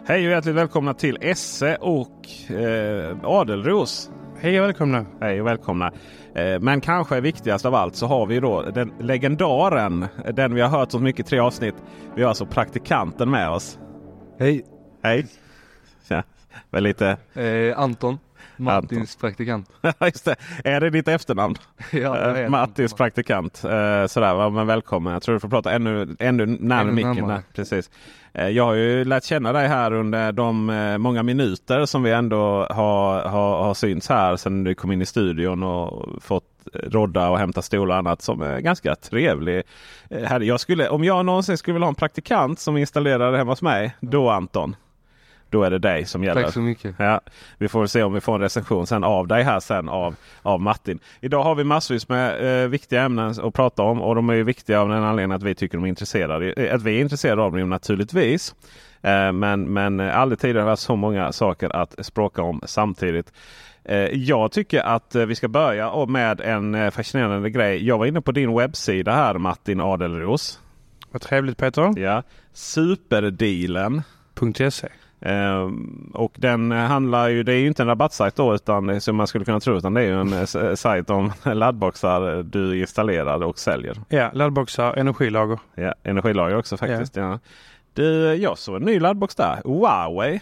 Hej och hjärtligt välkomna till Esse och Adelros. Hej och välkomna. Hej och välkomna. Men kanske viktigast av allt så har vi då den legendaren, den vi har hört så mycket i 3 avsnitt. Vi har alltså praktikanten med oss. Hej. Hej. Ja, väl lite... Anton. Martins praktikant. Just det. Är det ditt efternamn? Ja, Martins praktikant. Sådär, men välkommen. Jag tror du får prata ännu närmare micken. Där. Precis. Jag har ju lärt känna dig här under de många minuter som vi ändå har synts här sedan du kom in i studion och fått rodda och hämta stolar och annat som är ganska trevlig. Om jag någonsin skulle vilja ha en praktikant som installerar det hemma hos mig, då Anton. Då är det dig som gäller. Tack så mycket. Ja, vi får se om vi får en recension sen av dig här sen av Martin. Idag har vi massvis med viktiga ämnen att prata om. Och de är ju viktiga av den anledningen att vi tycker de är intresserade. Att vi är intresserade av dem naturligtvis. Men aldrig tidigare har vi så många saker att språka om samtidigt. Jag tycker att vi ska börja med en fascinerande grej. Jag var inne på din webbsida här, Martin Adelros. Vad trevligt, Peter. Ja, superdealen.se. Och den handlar ju, det är ju inte en rabattsajt då, utan som man skulle kunna tro, utan det är ju en sajt om laddboxar du installerar och säljer. Ja, laddboxar, energilager. Ja, energilager också faktiskt. Ja. Jag såg en ny laddbox där. Huawei.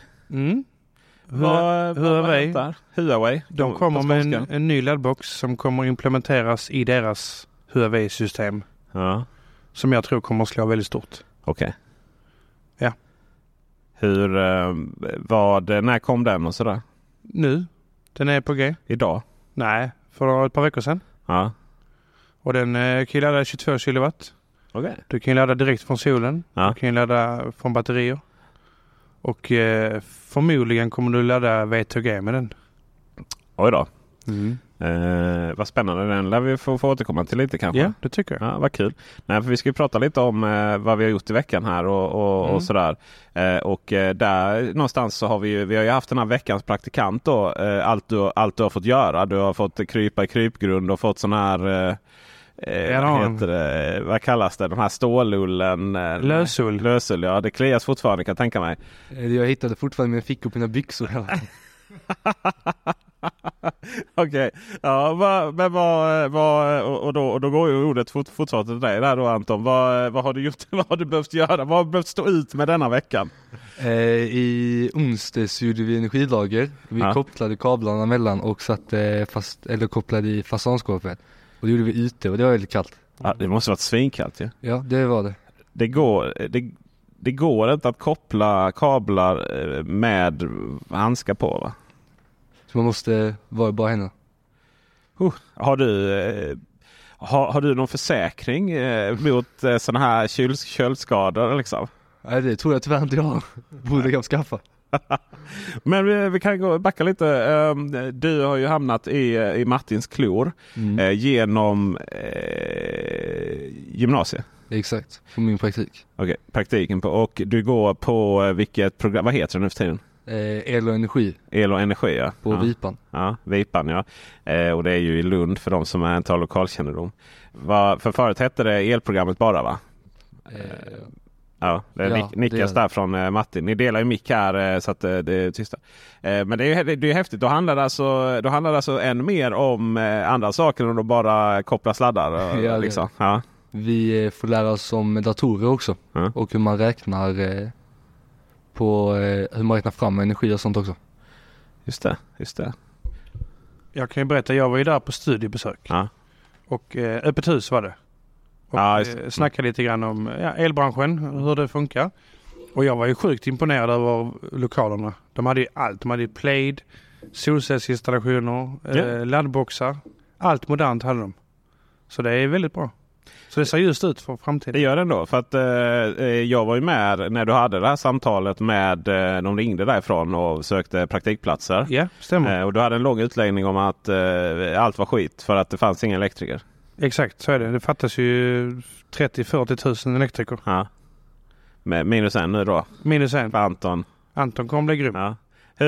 Huawei. De kommer med en ny laddbox som kommer implementeras i deras Huawei-system. Ja. Som jag tror kommer att slå väldigt stort. Okej. Ja. När kom den och sådär? Nu. Den är på G. Idag? Nej, för ett par veckor sedan. Ja. Och den kan ladda 22 kilowatt. Okej. Du kan ladda direkt från solen. Ja. Du kan ladda från batterier. Och förmodligen kommer du ladda VTG med den. Oj då. Vad spännande, den lär vi få återkomma till lite kanske. Ja, det tycker jag. Ja, vad kul. Nej, för vi ska ju prata lite om vad vi har gjort i veckan här och sådär. Där någonstans så har vi har ju haft den här veckans praktikant då. Allt du har fått göra. Du har fått krypa i krypgrund och fått sån här... vad kallas det? De här stålullen. Lösull, ja. Det klias fortfarande, kan jag tänka mig. Jag hittade fortfarande mina fickor på mina byxor. Okej. Ja, och då går ju ordet fortfarande till dig där då, Anton. Vad har du gjort? Vad har du behövt göra? Vad har du behövt stå ut med denna veckan? I onsdags gjorde vi energilager. Vi kopplade kablarna mellan och kopplade i fasanskåpet. Och det gjorde vi ute och det var väldigt kallt. Ja, det måste varit svinkallt ju. Ja, det var det. Det går inte att koppla kablar med handskar på, va? Så man måste vara bara henne. Har du någon försäkring mot såna här köldskador liksom? Nej, det tror jag tyvärr inte jag borde kanske skaffa. Men vi kan backa lite. Du har ju hamnat i Martins klor genom gymnasiet. Exakt, på min praktik. Okej, praktiken på. Och du går på vilket program? Vad heter det nu för tiden? El och energi. El och energi, ja. På Vipan. Ja, Vipan, ja. Och det är ju i Lund för de som är inte har lokalkännedom. För förut hette det elprogrammet bara, va? Ja, det nickas där från Martin. Ni delar ju mick här så att det är tysta. Men det är ju häftigt. Då handlar det alltså än mer om andra saker än att bara koppla sladdar. Ja, liksom. Ja. Vi får lära oss om datorer också. Och hur man räknar hur man räknar fram energi och sånt också. Just det. Jag kan ju berätta, jag var ju där på studiebesök. Ja. Och öppet hus var det. Och snackade lite grann om elbranschen, hur det funkar. Och jag var ju sjukt imponerad över lokalerna. De hade ju allt. De hade ju Plaid, solcellsinstallationer, laddboxar. Allt modernt hade de. Så det är väldigt bra. Så det ser just ut för framtiden. Det gör det ändå. För att jag var ju med när du hade det här samtalet med de ringde därifrån och sökte praktikplatser. Ja, stämmer. Och du hade en lång utläggning om att allt var skit för att det fanns inga elektriker. Exakt, så är det. Det fattas ju 30-40 000 elektriker. Ja. Med minus en nu då. Minus en. För Anton. Anton kommer bli grym. Ja.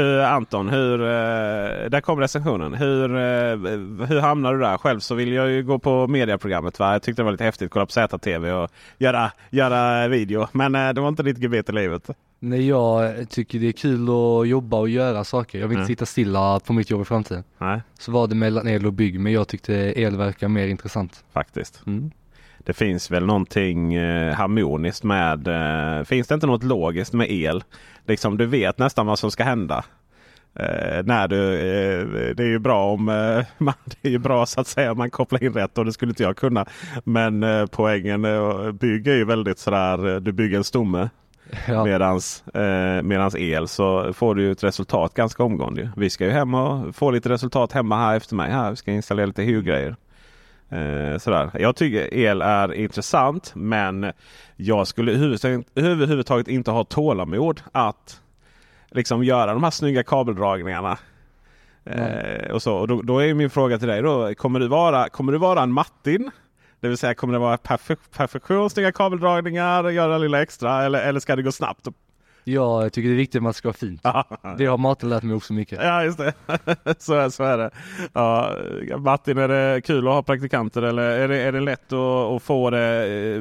Där kom recensionen. Hur hamnar du där? Själv så vill jag ju gå på mediaprogrammet, va? Jag tyckte det var lite häftigt att kolla på ZTV och göra video. Men det var inte ditt gebet i livet. Nej, jag tycker det är kul att jobba och göra saker. Jag vill inte sitta stilla på mitt jobb i framtiden. Nej. Så var det mellan el och bygg, men jag tyckte el verkar mer intressant. Faktiskt. Det finns väl någonting harmoniskt med, finns det inte något logiskt med el? Liksom, du vet nästan vad som ska hända. Det är ju bra om det är ju bra så att säga man kopplar in rätt, och det skulle inte jag kunna. Men poängen bygger ju väldigt sådär, du bygger en stomme. Ja. Medans el så får du ju ett resultat ganska omgående. Vi ska ju hem och få lite resultat hemma här efter mig. Här. Vi ska installera lite hyrgrejer. Sådär. Jag tycker el är intressant, men jag skulle överhuvudtaget inte ha tålamod att liksom göra de här snygga kabeldragningarna. Och så. Och då är min fråga till dig då, kommer du vara en Martin? Det vill säga, kommer det vara perfektion, snygga kabeldragningar, göra lilla extra, eller ska det gå snabbt? Ja, jag tycker det är viktigt att man ska vara fint. Det har Martin lärt mig också mycket. Ja, just det. så är det. Ja, Martin, är det kul att ha praktikanter, eller är det lätt att få det?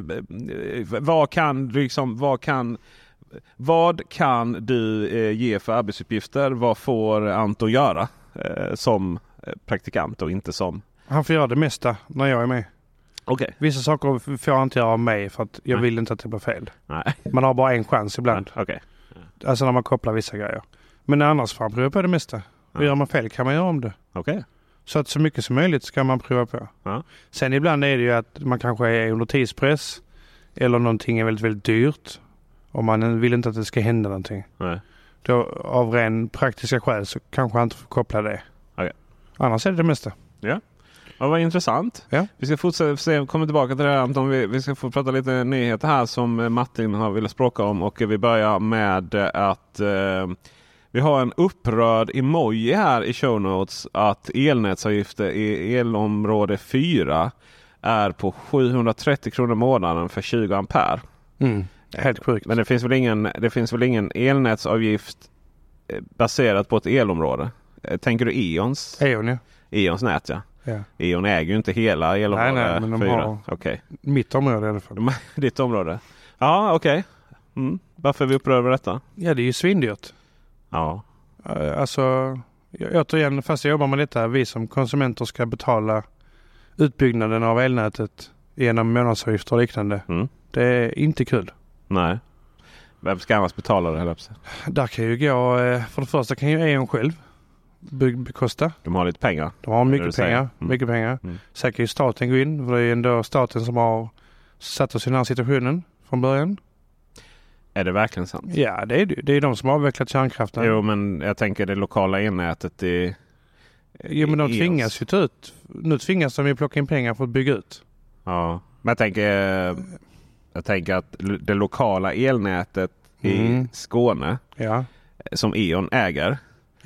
Vad kan du ge för arbetsuppgifter? Vad får Anton göra som praktikant och inte som? Han får göra det mesta när jag är med. Okay. Vissa saker får jag inte göra av mig för att jag vill inte att det blir fel. Nej. Man har bara en chans ibland. Okay. Alltså när man kopplar vissa grejer. Men annars får man prova på det mesta. Och gör man fel kan man göra om det. Okay. Så att så mycket som möjligt ska man prova på. Sen ibland är det ju att man kanske är under tidspress. Eller någonting är väldigt, väldigt dyrt. Och man vill inte att det ska hända någonting. Nej. Då av ren praktiska skäl så kanske han inte får koppla det. Okay. Annars är det mesta. Ja. Ja, vad intressant. Ja. Vi ska fortsätta komma tillbaka till det här, Anton. Vi ska få prata lite nyheter här som Martin har velat språka om. Och vi börjar med att vi har en upprörd emoji här i show notes att elnätsavgifter i elområde 4 är på 730 kronor i månaden för 20 ampere. Helt sjukt. Men det finns väl ingen elnätsavgift baserat på ett elområde? Tänker du Eons? Eon, ja. Eons nät, ja. Ja. Eon äger ju inte hela elområde. Nej, men de 4. har mitt område i alla fall. Ditt område? Ja, okej. Varför är vi upprörda över detta? Ja, det är ju svindyrt. Ja. Alltså, återigen, fast jag jobbar med detta, vi som konsumenter ska betala utbyggnaden av elnätet genom månadsavgifter och liknande. Det är inte kul. Nej. Vem ska annars betala det? Där kan ju gå, för det första kan ju Eon själv bekosta. De har lite pengar. De har mycket pengar. Mycket pengar. Sen kan ju staten gå in, för det är ändå staten som har satt oss i den här situationen från början. Är det verkligen sant? Ja, det är det. Det är de som har avvecklat kärnkraften. Jo, men jag tänker det lokala elnätet i... Jo, men de tvingas ju ta ut. Nu tvingas de ju plocka in pengar för att bygga ut. Ja, men jag tänker att det lokala elnätet i Skåne som Eon äger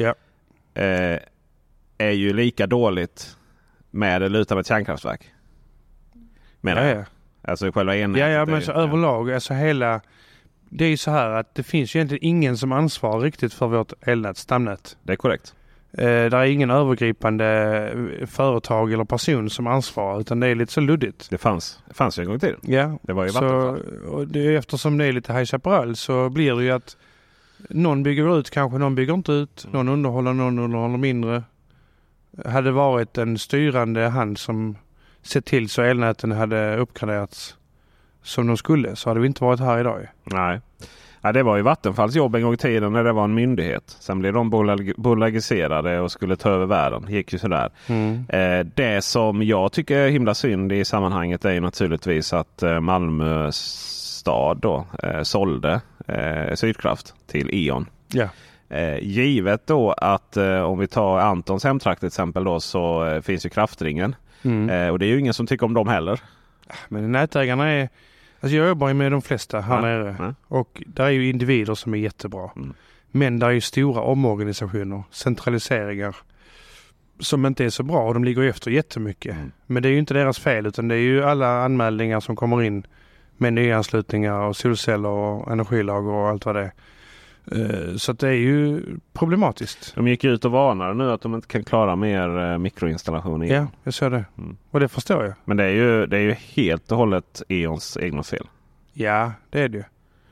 är ju lika dåligt med eller utan ett kärnkraftverk. Ja. Alltså själva elnätet. Ja, men så överlag, alltså hela... Det är ju så här att det finns ju egentligen ingen som ansvarar riktigt för vårt elnät, stamnät. Det är korrekt. Där är ingen övergripande företag eller person som ansvarar, utan det är lite så luddigt. Det fanns ju en gång till. Ja. Det var ju Vattenfall. Och eftersom det är lite High Chaparral så blir det ju att någon bygger ut, kanske någon bygger inte ut. Någon underhåller mindre. Hade varit en styrande hand som sett till så elnäten hade uppgraderats som de skulle, så hade vi inte varit här idag. Nej. Ja, det var ju Vattenfalls jobb en gång i tiden när det var en myndighet. Sen blev de bolagiserade och skulle ta över världen. Det gick ju sådär. Det som jag tycker är himla synd i sammanhanget är ju naturligtvis att Malmö stad då sålde Sydkraft till Eon. Ja. Givet då att om vi tar Antons hemtrakt till exempel då, så finns ju Kraftringen. Och det är ju ingen som tycker om dem heller. Men nätägarna är... Alltså jag jobbar ju med de flesta här nere. Och där är ju individer som är jättebra. Men där är ju stora omorganisationer, centraliseringar som inte är så bra. Och de ligger ju efter jättemycket. Men det är ju inte deras fel, utan det är ju alla anmälningar som kommer in med nyanslutningar och solceller och energilager och allt vad det är. Så att det är ju problematiskt. De gick ut och varnade nu att de inte kan klara mer mikroinstallationer. Ja, jag ser det. Och det förstår jag. Men det är ju helt och hållet Eons egna fel. Ja, det är det ju.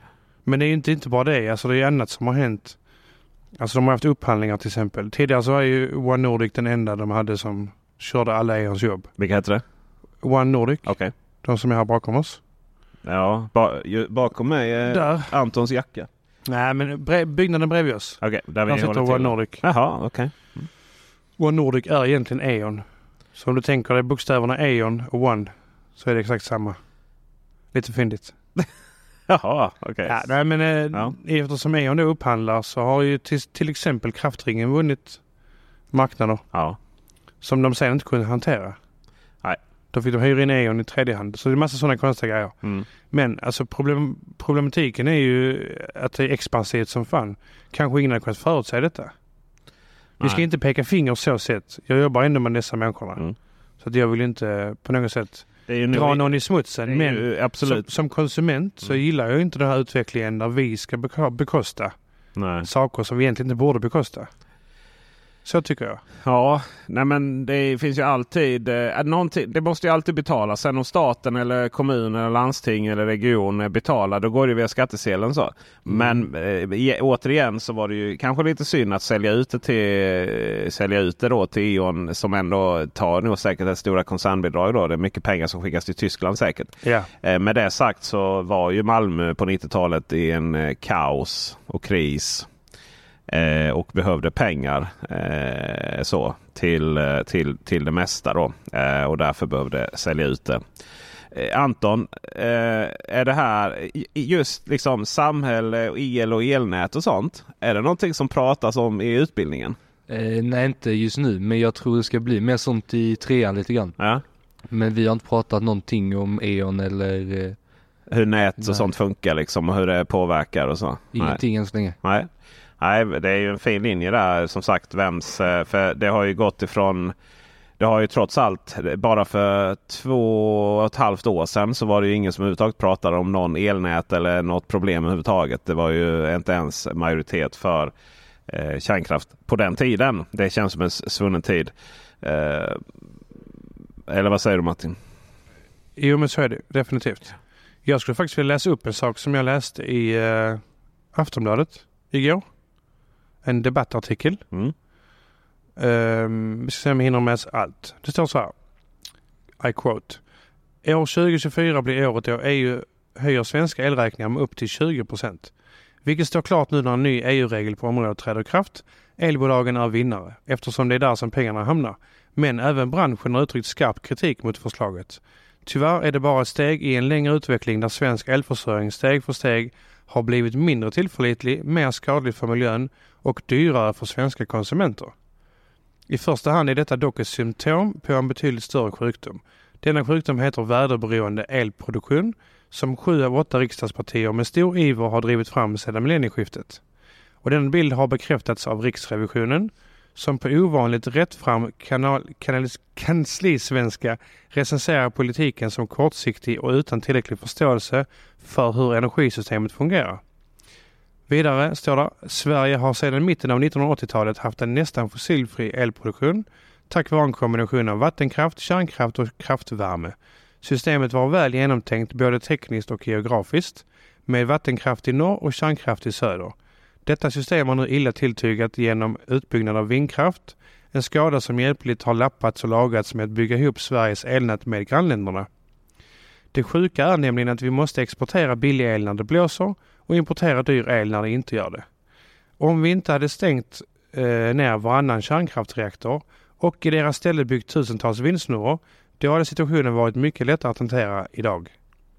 Men det är ju inte bara det. Alltså det är annat som har hänt. Alltså de har haft upphandlingar till exempel. Tidigare så var ju One Nordic den enda de hade som körde alla Eons jobb. Vilka heter det? One Nordic. Okay. De som är här bakom oss. Ja, bakom mig är där. Antons jacka. Nej, men byggnaden bredvid oss. Okej, där vi sitter One Nordic. Jaha, okej. One Nordic är egentligen Eon. Så om du tänker dig bokstäverna Eon och One så är det exakt samma. Lite fyndigt. Jaha, okej. Ja, nej, men eftersom Eon då upphandlar så har ju till exempel Kraftringen vunnit marknader. Ja. Som de sen inte kunde hantera. Nej. Då fick de hyra in Eon i tredje hand. Så det är en massa sådana konstiga grejer. Mm. Men alltså problematiken är ju att det är expansivt som fan. Kanske ingen har kunnat förutsäga detta. Vi ska inte peka finger så sätt. Jag jobbar ändå med dessa människorna. Mm. Så att jag vill inte på något sätt dra någon i smutsen. Men absolut. Som konsument så gillar jag inte den här utvecklingen där vi ska bekosta saker som vi egentligen inte borde bekosta. Så tycker jag. Ja, nej men det finns ju alltid det måste ju alltid betalas. Sen om staten eller kommun eller landsting eller region betalar, då går det via skattesedeln så. Men återigen så var det ju kanske lite synd att sälja ut det då till Eon som ändå tar nog säkert ett stora koncernbidrag då. Det är mycket pengar som skickas till Tyskland säkert. Ja. Med det sagt så var ju Malmö på 90-talet i en kaos och kris. Och behövde pengar så till det mesta då. Och därför behövde sälja ut det. Anton, är det här just liksom samhälle, el och elnät och sånt? Är det någonting som pratas om i utbildningen? Nej, inte just nu. Men jag tror det ska bli mer sånt i trean lite grann. Ja. Men vi har inte pratat någonting om Eon eller... hur nät och sånt funkar liksom och hur det påverkar och så? Ingenting än så länge. Nej, det är ju en fin linje där som sagt. För det har ju gått ifrån, det har ju trots allt bara för 2,5 år sedan så var det ju ingen som överhuvudtaget pratade om någon elnät eller något problem överhuvudtaget. Det var ju inte ens majoritet för kärnkraft på den tiden. Det känns som en svunnen tid. Eller vad säger du, Martin? Jo, men så är det definitivt. Jag skulle faktiskt vilja läsa upp en sak som jag läste i Aftonbladet igår. En debattartikel. Vi ska se om jag hinner med allt. Det står så här. I quote. År 2024 blir året då EU höjer svenska elräkningar med upp till 20%. Vilket står klart nu när en ny EU-regel på området träder i kraft. Elbolagen är vinnare eftersom det är där som pengarna hamnar. Men även branschen har uttryckt skarp kritik mot förslaget. Tyvärr är det bara ett steg i en längre utveckling där svensk elförsörjning steg för steg har blivit mindre tillförlitlig, mer skadlig för miljön och dyrare för svenska konsumenter. I första hand är detta dock ett symptom på en betydligt större sjukdom. Denna sjukdom heter väderberoende elproduktion som 7 av 8 riksdagspartier med stor iver har drivit fram sedan millennieskiftet. Och den bild har bekräftats av Riksrevisionen som på ovanligt rättfram kanslisvenska recenserar politiken som kortsiktig och utan tillräcklig förståelse för hur energisystemet fungerar. Vidare står det: Sverige har sedan mitten av 1980-talet haft en nästan fossilfri elproduktion tack vare en kombination av vattenkraft, kärnkraft och kraftvärme. Systemet var väl genomtänkt både tekniskt och geografiskt med vattenkraft i norr och kärnkraft i söder. Detta system har nu illa tilltygat genom utbyggnad av vindkraft, en skada som hjälpligt har lappats och lagats med att bygga ihop Sveriges elnät med grannländerna. Det sjuka är nämligen att vi måste exportera billig el när det blåser och importera dyr el när det inte gör det. Om vi inte hade stängt ner varannan kärnkraftreaktor och i deras ställe byggt tusentals vindsnurror, då hade situationen varit mycket lättare att hantera idag.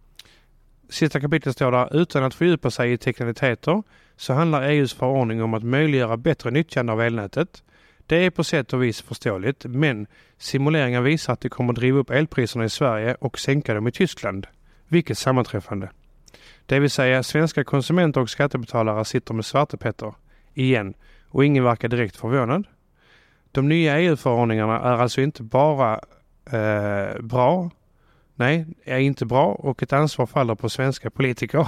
Sista kapitlet står där: utan att fördjupa sig i teknikaliteter så handlar EUs förordning om att möjliggöra bättre nyttjande av elnätet. Det är på sätt och vis förståeligt, men simuleringar visar att det kommer att driva upp elpriserna i Sverige och sänka dem i Tyskland. Vilket sammanträffande. Det vill säga svenska konsumenter och skattebetalare sitter med svartepetter igen och ingen verkar direkt förvånad. De nya EU-förordningarna är alltså inte bara bra. Nej, är inte bra och ett ansvar faller på svenska politiker.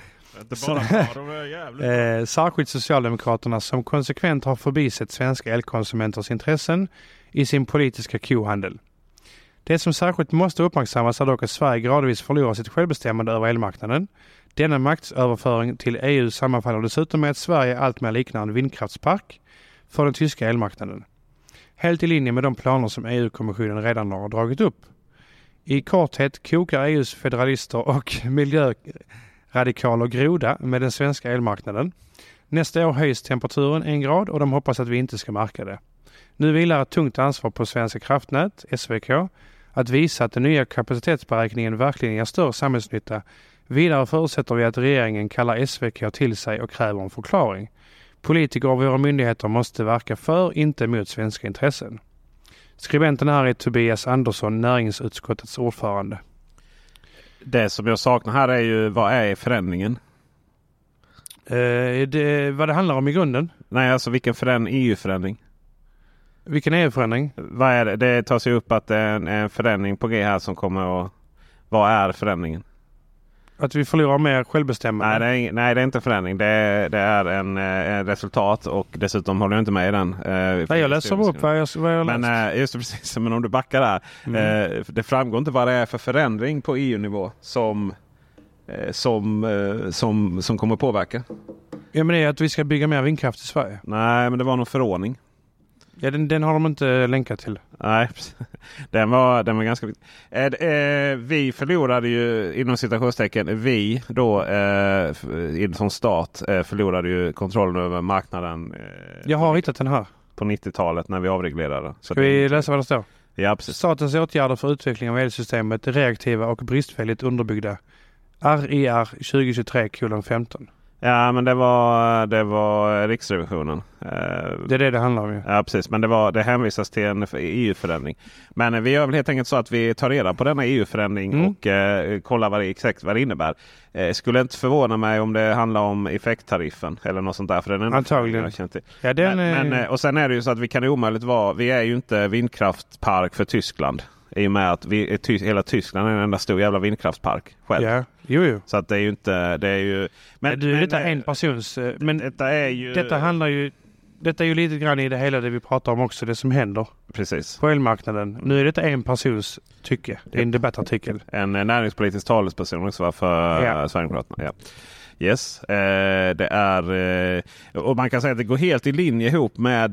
Särskilt Socialdemokraterna som konsekvent har förbisett svenska elkonsumenters intressen i sin politiska kohandel. Det som särskilt måste uppmärksammas är dock att Sverige gradvis förlorar sitt självbestämmande över elmarknaden. Denna maktöverföring till EU sammanfaller dessutom med att Sverige alltmer liknar en vindkraftspark för den tyska elmarknaden. Helt i linje med de planer som EU-kommissionen redan har dragit upp. I korthet kokar EUs federalister och miljöradikaler groda med den svenska elmarknaden. Nästa år höjs temperaturen 1 grad och de hoppas att vi inte ska märka det. Nu vilar ett tungt ansvar på Svenska kraftnät, SVK, att visa att den nya kapacitetsberäkningen verkligen ger större samhällsnytta. Vidare förutsätter vi att regeringen kallar SVK till sig och kräver en förklaring. Politiker och våra myndigheter måste verka för, inte mot svenska intressen. Skribenten här är Tobias Andersson, näringsutskottets ordförande. Det som jag saknar här är ju, vad är förändringen? Vad det handlar om i grunden? Nej, alltså vilken EU-förändring? Vilken EU-förändring? Vad är det? Det tar sig upp att det är en förändring på G här som kommer att... Vad är förändringen? Att vi förlorar mer självbestämmande? Nej, det är inte förändring. Det är en resultat och dessutom håller jag inte med i den. Jag läser upp vad jag läst. Men just precis, men om du backar där. Det framgår inte vad det är för förändring på EU-nivå som kommer påverka. Ja, men det är att vi ska bygga mer vindkraft i Sverige. Nej, men det var någon förordning. Ja, den har de inte länkat till. Nej, den var ganska viktig. Vi förlorade ju, inom citationstecken, vi då som stat förlorade ju kontrollen över marknaden. Jag har hittat den här. På 90-talet när vi avreglerade. Ska vi läsa vad det står? Ja, precis. Statens åtgärder för utveckling av elsystemet är reaktiva och bristfälligt underbyggda. RIR 2023:15. Ja, men det var Riksrevisionen. Det är det handlar om ju. Ja, precis. Men det hänvisas till en EU-förändring. Men vi gör väl helt enkelt så att vi tar reda på denna EU-förändring och kollar exakt vad det innebär. Skulle inte förvåna mig om det handlar om effekttariffen eller något sånt där. För den antagligen. Ja, och sen är det ju så att vi kan omöjligt vara... Vi är ju inte vindkraftpark för Tyskland. I och med att hela Tyskland är en enda stor jävla vindkraftspark själv. Ja, jo. Så att det är ju inte... Det är ju, detta är en persons... Men detta är ju lite grann i det hela det vi pratar om också. Det som händer. Precis. På elmarknaden. Nu är detta en persons tycke. Det är en debattartikel. En näringspolitisk talesperson också för Sverigedemokraterna. Ja. Yes, det är och man kan säga att det går helt i linje ihop med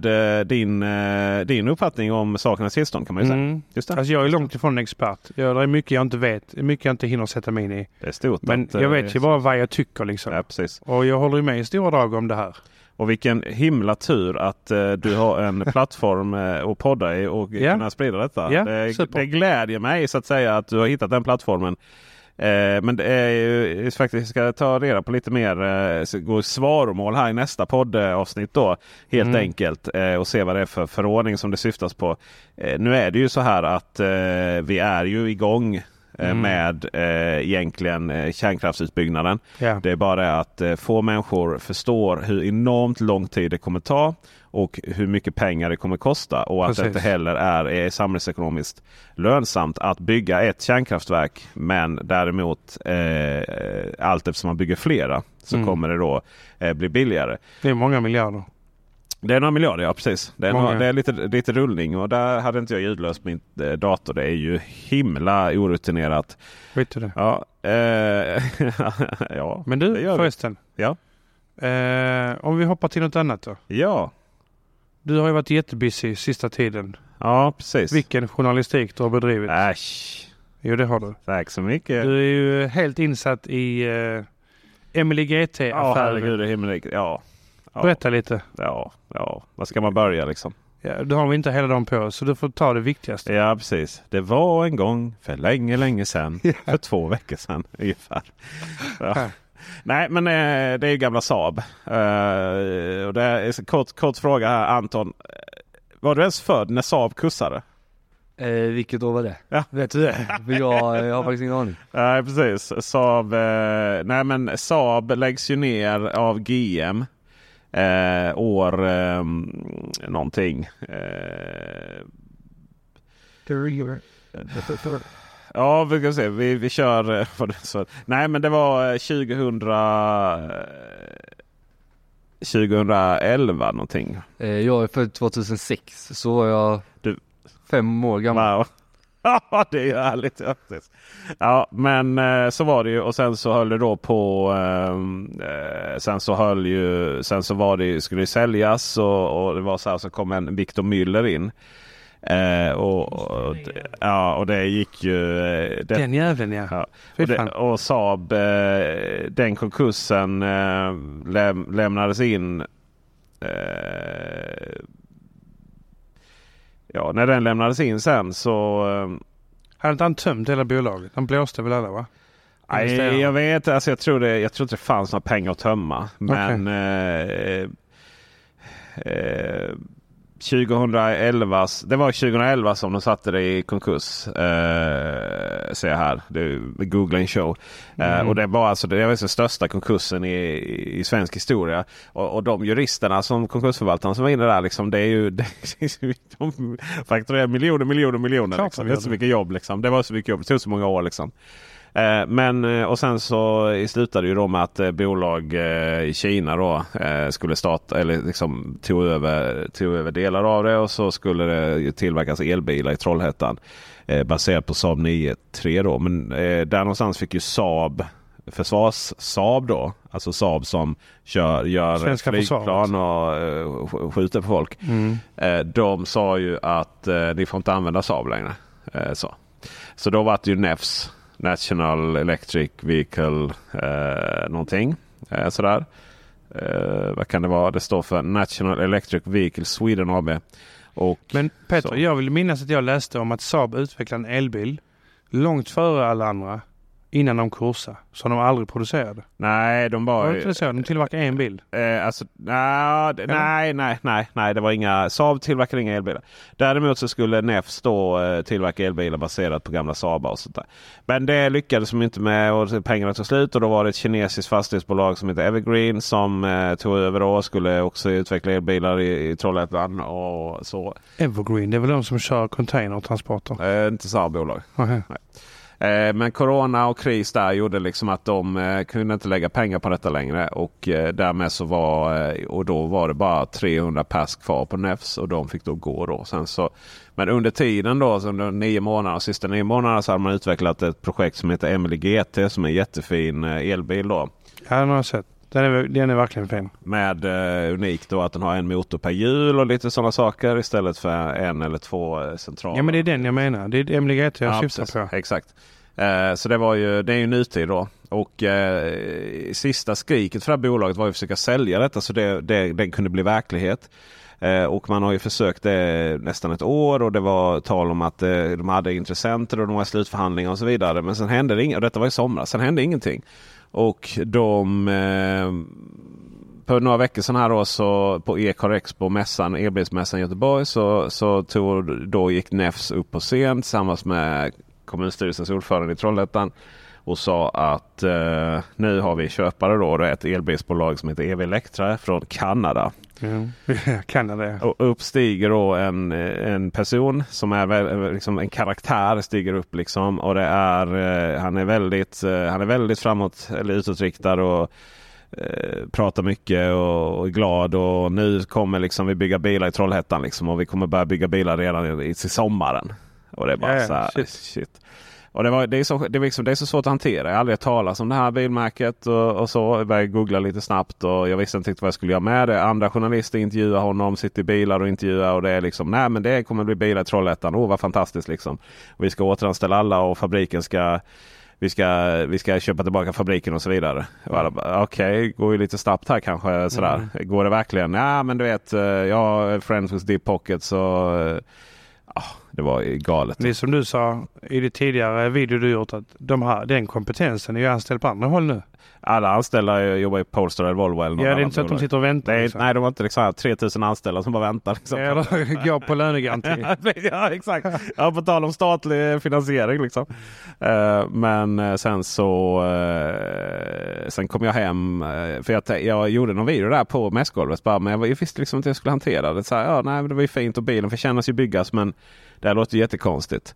din uppfattning om sakernas tillstånd, kan man ju säga. Just det. Alltså jag är långt ifrån en expert. Det är mycket jag inte vet, mycket jag inte hinner sätta mig in i. Det är stort. Men jag vet ju bara vad jag tycker liksom. Ja, precis. Och jag håller ju med i stora drag om det här. Och vilken himla tur att du har en plattform att podda i och kunna sprida detta. Ja, det glädjer mig så att säga att du har hittat den plattformen. Men det är ju faktiskt, ska ta reda på lite mer, gå i svaromål här i nästa poddavsnitt då, helt enkelt, och se vad det är för förordning som det syftas på. Nu är det ju så här att vi är ju igång med egentligen kärnkraftsutbyggnaden. Ja. Det är bara att få människor förstår hur enormt lång tid det kommer ta och hur mycket pengar det kommer kosta, och att det inte heller är samhällsekonomiskt lönsamt att bygga ett kärnkraftverk, men däremot allt eftersom man bygger flera så kommer det då bli billigare. Det är många miljarder. Det är några miljarder, ja precis. Det är lite rullning, och där hade inte jag ljudlöst min dator. Det är ju himla orutinerat. Vet du det? Ja. Ja. Men du, förresten. Ja. Om vi hoppar till något annat då. Ja. Du har ju varit jättebusy sista tiden. Ja, precis. Vilken journalistik du har bedrivit. Äsch. Jo, det har du. Tack så mycket. Du är ju helt insatt i Emily GT-affären. Ja. Berätta lite. Ja. Vad ska man börja liksom? Ja, du har vi inte hela dagen på oss, så du får ta det viktigaste. Ja, precis. Det var en gång för länge sedan. För 2 veckor sedan ungefär. Ja. Nej, men det är ju gamla Saab. Och det är kort fråga här, Anton. Var du ens född när Saab kussade? Vilket år var det? Ja. Vet du det? Jag har faktiskt ingen aning. Nej, precis. Saab läggs ju ner av GM. År någonting. Ja, vi kan se. Vi kör... Nej, men det var 2011 någonting. Jag är född 2006. Så var jag 5 år gammal. Wow. Ja, det är ju härligt faktiskt. Ja, men så var det ju. Och sen så höll det då på. Sen så var det, skulle det säljas. Och det var så här, så kom en Victor Müller in. Och det gick ju... den jäveln, ja. Och Saab, den konkursen lämnades in... när den lämnades in sen så... hade inte han tömt hela bolaget? Han blåste väl alla, va? Nej, jag vet. Alltså jag tror inte det fanns några pengar att tömma. Men... 2011, det var 2011 som de satte det i konkurs. Ser jag här. Det är Googling show. Och det var alltså den största konkursen i svensk historia. Och de juristerna som konkursförvaltaren som var inne där liksom, det är ju de fakturerar miljoner liksom. Det är så mycket jobb liksom. Det var så mycket jobb. Det tog så många år liksom. Och sen så slutade ju då med att bolag i Kina då skulle starta eller liksom tog över delar av det, och så skulle det tillverkas elbilar i Trollhättan baserat på Saab 9-3 då. Men där någonstans fick ju Saab, Saab då, alltså Saab som gör Svenska flygplan och skjuter på folk. De sa ju att ni får inte använda Saab längre. Så då var det ju NEFS, National Electric Vehicle någonting sådär. Vad kan det vara? Det står för National Electric Vehicle Sweden AB. Men Peter, jag vill minnas att jag läste om att Saab utvecklade en elbil långt före alla andra innan de kursade, som de aldrig producerade. Nej, de tillverkar en bil. Nej, det var inga Saab tillverkade inga elbilar. Däremot så skulle NEFS då tillverka elbilar baserat på gamla Saab och sånt där. Men det lyckades de inte med, och pengarna tog slut, och då var det ett kinesiskt fastighetsbolag som heter Evergreen som tog över och skulle också utveckla elbilar i Trollhättan och så. Evergreen, det är väl de som kör containertransporter? Inte Saab-bolag. Nej. Men corona och kris där gjorde liksom att de kunde inte lägga pengar på detta längre, och därmed så då var det bara 300 pers kvar på NEFS, och de fick då gå då. Men under tiden då, under sista 9 månaderna, så har man utvecklat ett projekt som heter Emily GT, som är en jättefin elbil då. Ja, den har jag sett. Den är verkligen fin. Med unikt då att den har en motor per hjul och lite sådana saker istället för en eller 2 centraler. Ja, men det är den jag menar. Det är Emily GT jag syftar på. Exakt. Så det är ju nutid då. Och sista skriket för det här bolaget var ju att försöka sälja detta så det kunde bli verklighet. Och man har ju försökt det nästan ett år, och det var tal om att de hade intressenter och de var slutförhandlingar och så vidare. Men sen hände det inget, och detta var i somras. Sen hände ingenting. Och på några veckor sedan här då, så på E-car Expo mässan, elbilsmässan i Göteborg, så gick NEFS upp på scen tillsammans med kommunstyrelsens ordförande i Trollhättan och sa att nu har vi köpare då, det är ett elbilsbolag som heter EV Electra från Kanada. Kanada. Och uppstiger då en person som är liksom en karaktär, stiger upp liksom, och det är han är väldigt framåt eller utåtriktad och pratar mycket och är glad, och nu kommer liksom vi bygga bilar i Trollhättan liksom, och vi kommer börja bygga bilar redan i sommaren. Och det är bara så här, shit. Och det är så svårt att hantera. Jag har aldrig talat om det här bilmärket och så. Jag började googla lite snabbt och jag visste inte vad jag skulle göra med det. Andra journalister intervjuar honom, sitter i bilar och intervjuar, och det är liksom, nej men det kommer bli bilar i Trollhättan. Vad fantastiskt liksom. Och vi ska återanställa alla och fabriken vi ska köpa tillbaka fabriken och så vidare. Okej, går ju lite snabbt här kanske sådär. Går det verkligen? Ja, men du vet, jag är friends with deep pockets och det var galet. Det är som du sa i det tidigare video du gjort, att den kompetensen är ju anställd på andra håll nu. Alla anställda jobbar i Polestar eller Volvo eller något. Ja, det är inte så att de sitter och väntar. Nej, de har inte liksom 3000 anställda som bara väntar. Liksom. Eller går på lönegaranti. Ja, exakt. Ja, på tal om statlig finansiering liksom. Men sen kom jag hem, för jag gjorde någon video där på mässgolvet bara, men jag visste liksom inte hur jag skulle hantera det. Så här, nej, men det var ju fint och bilen förtjänas ju byggas, men det här låter jättekonstigt.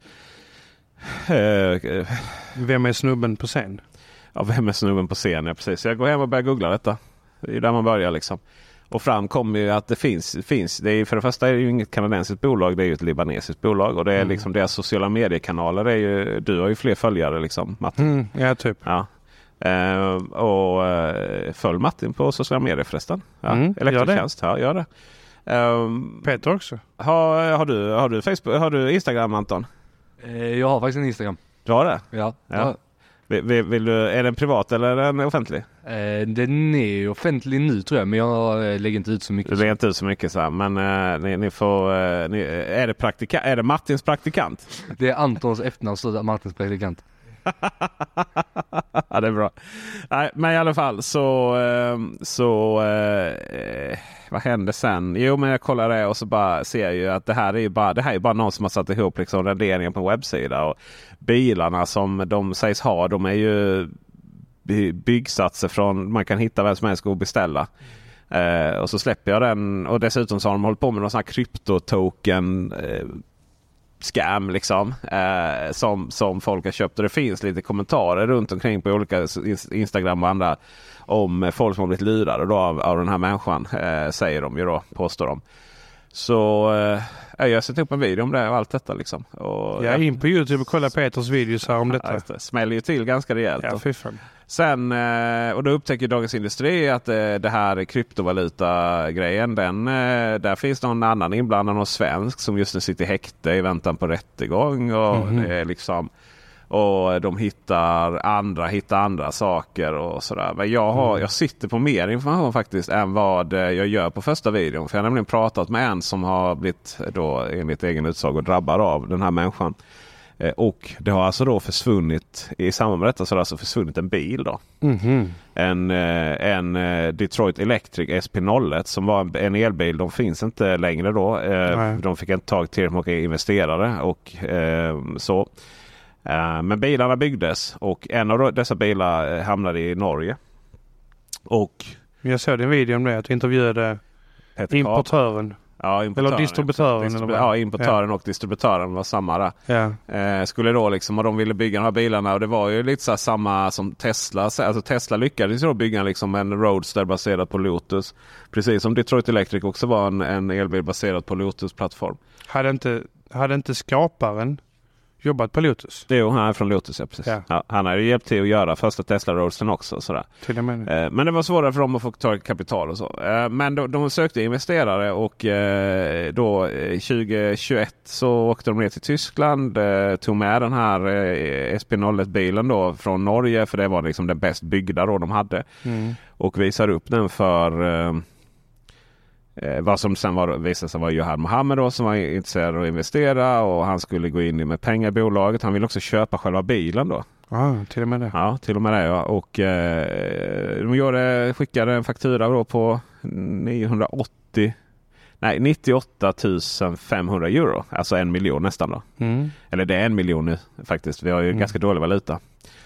Vem är snubben på scen? Ja, vem är snubben på scen? Ja, precis. Så jag går hem och börjar googla detta. Det är där man börjar liksom. Och fram kommer ju att det finns. Det är, för det första är det ju inget kanadensiskt bolag, det är ju ett libanesiskt bolag. Och det är liksom deras sociala mediekanaler. Är ju, du har ju fler följare liksom, Martin. Ja, typ. Ja. Följ Martin på sociala medier förresten. Ja, Elektrotjänst, gör det. Peter också. Har du Facebook, har du Instagram, Anton? Jag har faktiskt en Instagram. Du har det? Ja. Vill du, är den privat eller är den offentlig? Den är offentlig nu tror jag, men jag lägger inte ut så mycket. Du lägger inte ut så mycket så här, men ni får... är det Martins praktikant? Det är Antons efternamn, så Martins praktikant. Ja, det är bra. Nej, men i alla fall så vad hände sen? Jo, men jag kollar det och så bara ser jag ju att det här är bara någon som har satt ihop liksom renderingen på en webbsida, och bilarna som de sägs ha, de är ju byggsatser från, man kan hitta vem som helst och beställa. Och så släpper jag den, och dessutom så har de hållit på med någon sån här kryptotoken scam liksom, som folk har köpt, och det finns lite kommentarer runt omkring på olika Instagram och andra om folk som har blivit lurade då av den här människan, säger de ju då, påstår de. Så jag har sett upp en video om det och allt detta liksom. Och, jag är in på YouTube och kollar Peters videos här om detta. Det smäller ju till ganska rejält. Ja, fy fan. Sen, och då upptäcker Dagens Industri att det här kryptovaluta-grejen, där finns någon annan inblandad, någon svensk som just nu sitter i häkte i väntan på rättegång. Och det är liksom, och de hittar andra saker och sådär. Men jag sitter på mer information faktiskt än vad jag gör på första videon. För jag har nämligen pratat med en som har blivit då enligt egen utsago drabbad av den här människan. Och det har alltså då försvunnit, i samband med detta så har det alltså försvunnit en bil då. En Detroit Electric SP01 som var en elbil. De finns inte längre då. De fick inte tag till många investerare och så. Men bilarna byggdes, och en av dessa bilar hamnade i Norge. Och jag såg en video om det, att vi intervjuade importören. Ja, eller distributören. Importören och distributören var samma där. Ja. Skulle då liksom, och de ville bygga de här bilarna, och det var ju lite så här samma som Tesla. Alltså Tesla lyckades ju då bygga liksom en Roadster baserad på Lotus. Precis som Detroit Electric också var en elbil baserad på Lotus-plattform. Hade inte skaparen jobbat på Lotus? Det är ju han är från Lotus, ja, precis. Ja, han har ju hjälpt till att göra första Tesla Roadstern också. Sådär. Till och med. Men det var svårare för dem att få ta kapital och så. Men de sökte investerare, och då 2021 så åkte de ner till Tyskland. Tog med den här SP01-bilen då från Norge, för det var liksom den bäst byggda då de hade. Och visade upp den för... vad som sen visade sig vara Johan Mohammed då, som var intresserad av att investera, och han skulle gå in med pengar i bolaget. Han ville också köpa själva bilen då. Till och med det. Ja, till och med det, ja. Och de skickade en faktura då på 98 500 euro. Alltså 1 miljon nästan då. Eller det är 1 miljon nu faktiskt. Vi har ju ganska dålig valuta.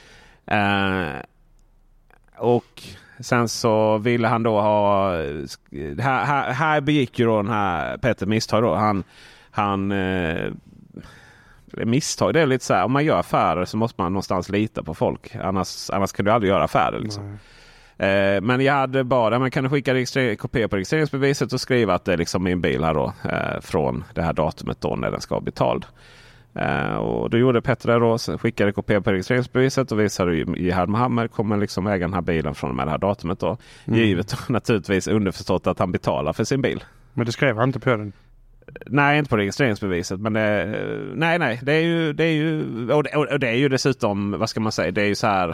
Och sen så ville han då ha... Här begick ju då den här Peter misstag då. Han misstag, det är lite så här, om man gör affärer så måste man någonstans lita på folk. Annars kan du aldrig göra affärer liksom. Men jag hade man kan skicka kopior på registreringsbeviset och skriva att det är liksom min bil här då, från det här datumet då när den ska ha betald. Och då gjorde Petter det då, skickade kopior på registreringsbeviset och visade Jihad Mohammed kommer liksom äga den här bilen från med det här datumet då. Givet naturligtvis underförstått att han betalar för sin bil. Men det skrev han inte på den? Nej, inte på registreringsbeviset, men nej, det är ju och det är ju dessutom, vad ska man säga, det är ju så här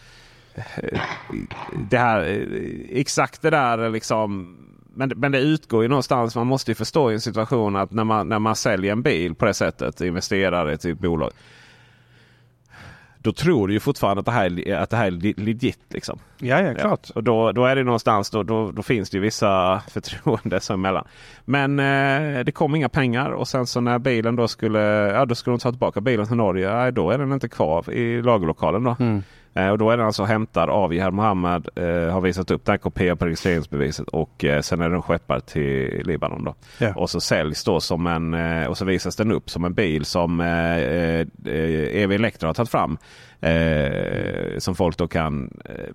det här exakt det där liksom, men det utgår ju någonstans, man måste ju förstå i en situation att när man säljer en bil på det sättet, investerar i ett bolag, då tror du ju fortfarande att det här är legit liksom. Ja, klart. Och då är det någonstans, då finns det ju vissa förtroende som emellan. Men det kom inga pengar, och sen så när bilen då skulle de ta tillbaka bilen till Norge, då är den inte kvar i lagerlokalen då. Och då är den alltså hämtad av Jihad Mohammed, har visat upp den här kopian på registreringsbeviset, och sen är den skeppad till Libanon då. Ja. Och så säljs då som och så visas den upp som en bil som EV Elektro har tagit fram, som folk då kan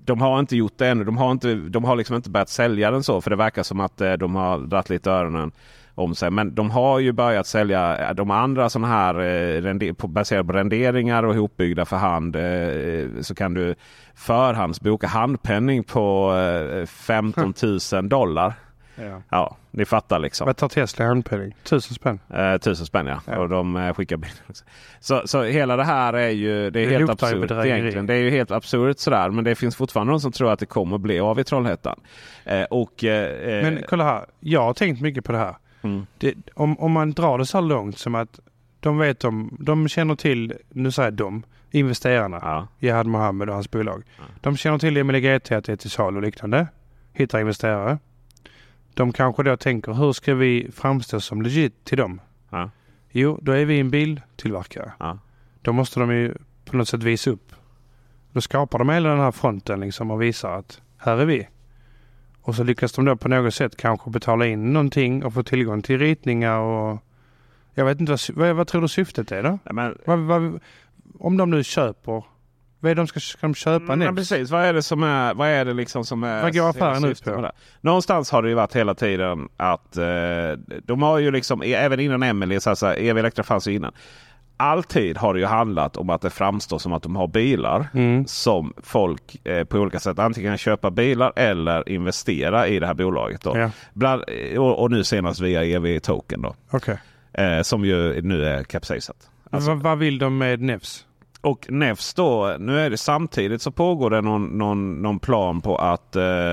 de har inte gjort det ännu. De har liksom inte börjat sälja den så. För det verkar som att de har dratt lite öronen om sig. Men de har ju börjat sälja de andra sådana här baserade på renderingar och ihopbyggda för hand. Så kan du förhandsboka handpenning på $15,000. Ja, ni fattar liksom. Vad tar Tesla handpenning? 1000 spänn? 1000 spänn, ja. Och de skickar bilar också. Så hela det här är ju det är helt absurt egentligen. Det är ju helt absurt sådär. Men det finns fortfarande någon som tror att det kommer att bli av i Trollhättan. Men kolla här. Jag har tänkt mycket på det här. Om man drar det så långt som att de känner till, nu säger de, investerarna, Jihad Mohammed och hans bolag. De känner till Emil GT att det är till salu och liknande. Hittar investerare. De kanske då tänker, hur ska vi framstå som legit till dem? Jo, då är vi en biltillverkare. Då måste de ju på något sätt visa upp. Då skapar de hela den här fronten liksom och visar att här är vi. Och så lyckas de då på något sätt kanske betala in någonting och få tillgång till ritningar och jag vet inte vad tror du syftet är då? Om de nu köper, vad är det ska de köpa nu? Precis, vad är det liksom som är vad går affären ut på? Någonstans har det ju varit hela tiden att de har ju liksom, även innan Emily, så alltså, EV Elektra fanns ju innan. Alltid har det ju handlat om att det framstår som att de har bilar som folk på olika sätt antingen kan köpa bilar eller investera i det här bolaget då. Och nu senast via EV Token då. Som ju nu är kapsejsat. Alltså, vad vill de med Nevs? Och Nevs då, nu är det samtidigt så pågår det någon plan på att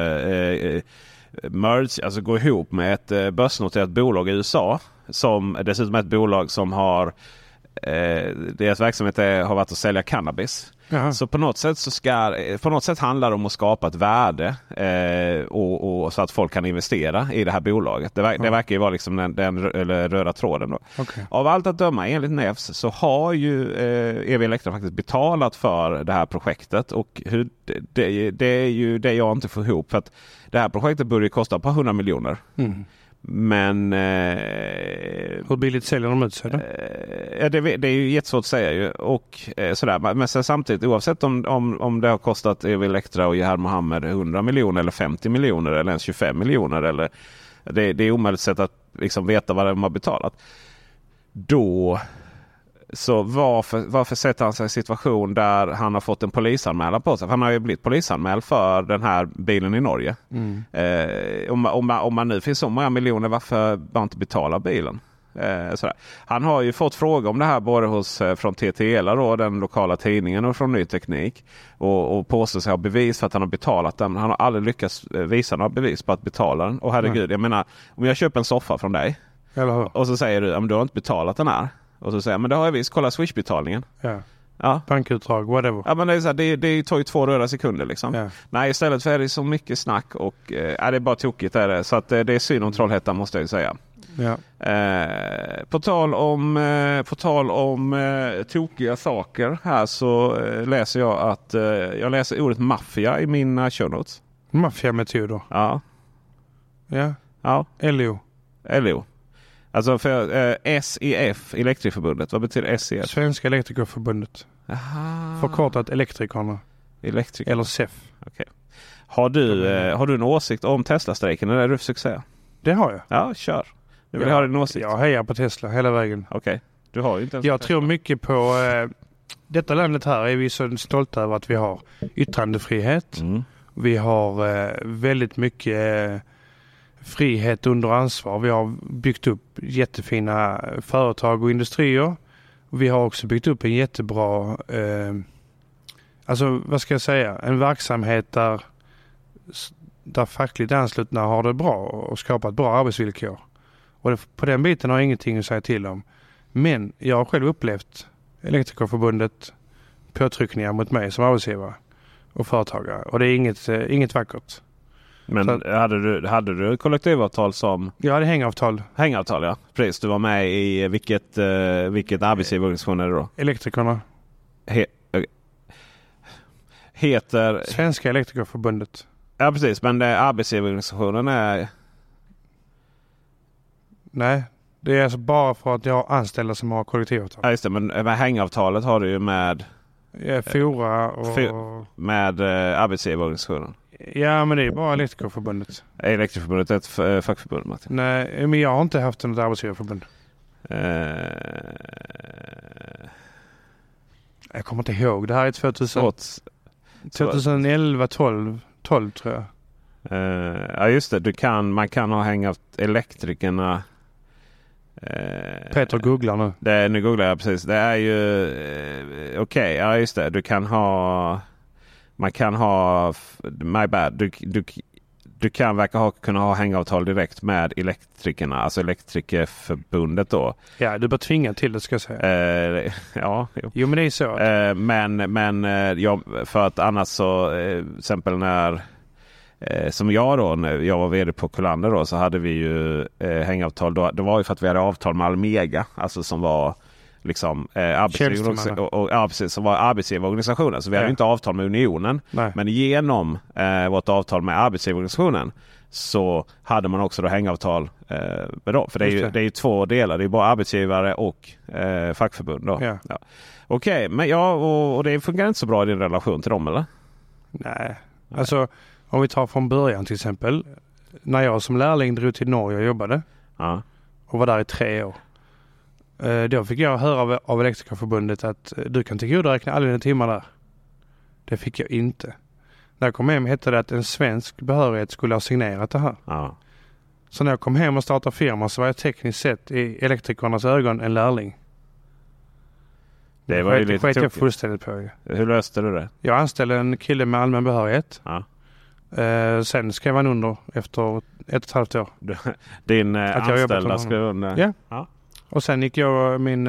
merge, alltså gå ihop med ett börsnoterat bolag i USA som dessutom är ett bolag som har deras verksamhet har varit att sälja cannabis. Så på något sätt handlar det om att skapa ett värde och så att folk kan investera i det här bolaget. Det verkar ju vara liksom den röda tråden då. Av allt att döma enligt Nevs så har ju EV Elektra faktiskt betalat för det här projektet och det är ju det jag inte får ihop, för att det här projektet borde kosta ett par 100 miljoner. Men hur billigt säljer de ut sig då? Det är ju jättesvårt att säga ju. Och sådär. Men sen samtidigt, oavsett om det har kostat EV Elektra och Jihad Mohammed 100 miljoner eller 50 miljoner eller ens 25 miljoner eller det är omöjligt sätt att liksom veta vad de har betalat. Då så varför sätter han sig i en situation där han har fått en polisanmälan på sig? För han har ju blivit polisanmäld för den här bilen i Norge. Om man nu finns så många miljoner, varför bara inte betala bilen? Sådär. Han har ju fått fråga om det här både från TTELA då, den lokala tidningen, och från Ny Teknik. Och påstår sig ha bevis för att han har betalat den. Men han har aldrig lyckats visa några bevis på att betala den. Och herregud, jag menar, om jag köper en soffa från dig och så säger du, du har inte betalat den här. Och så säger jag, men det har jag visst, kolla Swish-betalningen. Bankutdrag, whatever. Ja, men det tar ju 2 röda sekunder liksom. Nej, istället för är det så mycket snack och det är bara tokigt är det. Så att det är synd om Trollhättan, måste jag ju säga. På tal om tokiga saker här så läser jag att jag läser ordet maffia i mina show notes. Maffiametoder? Ja. LO. Alltså för SEF, Elektrikerförbundet. Vad betyder SEF? Svenska Elektrikerförbundet. Förkortat Elektrikerna. Eller SEF. Okay. Har du en åsikt om Tesla-strejken? Eller är det succé? Det har jag. Ja, kör. Du vill ha din åsikt? Jag hejar på Tesla hela vägen. Okej. Du har ju inte ens jag tror mycket på detta landet här är vi så stolta över att vi har yttrandefrihet. Vi har väldigt mycket frihet under ansvar. Vi har byggt upp jättefina företag och industrier. Vi har också byggt upp en jättebra en verksamhet där fackligt anslutna har det bra och skapat bra arbetsvillkor. Och på den biten har jag ingenting att säga till om. Men jag har själv upplevt Elektrikerförbundet påtryckningar mot mig som arbetsgivare och företagare. Och det är inget vackert. Men hade du kollektivavtal som... Jag hade hängavtal. Hängavtal, ja. Precis, du var med i vilket arbetsgivarorganisation är det då? Elektrikerna. Heter... Svenska Elektrikerförbundet. Ja, precis. Men arbetsgivarorganisationen är... Nej, det är alltså bara för att jag har anställda som har kollektivavtal. Ja, just det. Men hängavtalet har du ju med... Fora och... Med arbetsgivarorganisationen? Ja, men det är bara Elektrikerförbundet. Elektrikerförbundet är ett fackförbund, Martin? Nej, men jag har inte haft något arbetsgivarförbund. Jag kommer inte ihåg. Det här är 2011, 12 tror jag. Ja, just det. Man kan ha hängt elektrikerna. Peter googlar nu. Nu googlar jag precis. Det är ju okej. Ja, just det. Man kan ha my bad. Du kan kunna ha hängavtal direkt med elektrikerna, alltså Elektrikerförbundet då. Ja, du bör tvinga till det, ska jag säga. Ja. Jo, men det är så. Men för att annars så till exempel när som jag då, när jag var vd på Kullander då, så hade vi ju hängavtal då. Det var ju för att vi hade avtal med Almega, alltså som var liksom arbetsgivarorganisationen. Så vi hade inte avtal med Unionen. Nej. Men genom vårt avtal med arbetsgivarorganisationen så hade man också då hängavtal med dem. För det är ju två delar. Det är bara arbetsgivare och fackförbund då. Ja. Ja. Okej, men och det fungerar inte så bra i din relation till dem, eller? Nej. Alltså om vi tar från början till exempel. När jag som lärling drog till Norge och jobbade. Ja. Och var där i 3 år. Då fick jag höra av Elektrikerförbundet att du kan tillgodoräkna alla dina timmar där. Det fick jag inte. När jag kom hem hette det att en svensk behörighet skulle ha signerat det här. Ja. Så när jag kom hem och startade firma så var jag tekniskt sett i elektrikernas ögon en lärling. Det var ju lite jag fullständigt på. Hur löste du det? Jag anställde en kille med allmän behörighet. Ja. Sen skrev han under efter 1,5 år. Din anställda skrev under? Ja. Ja. Och sen gick jag min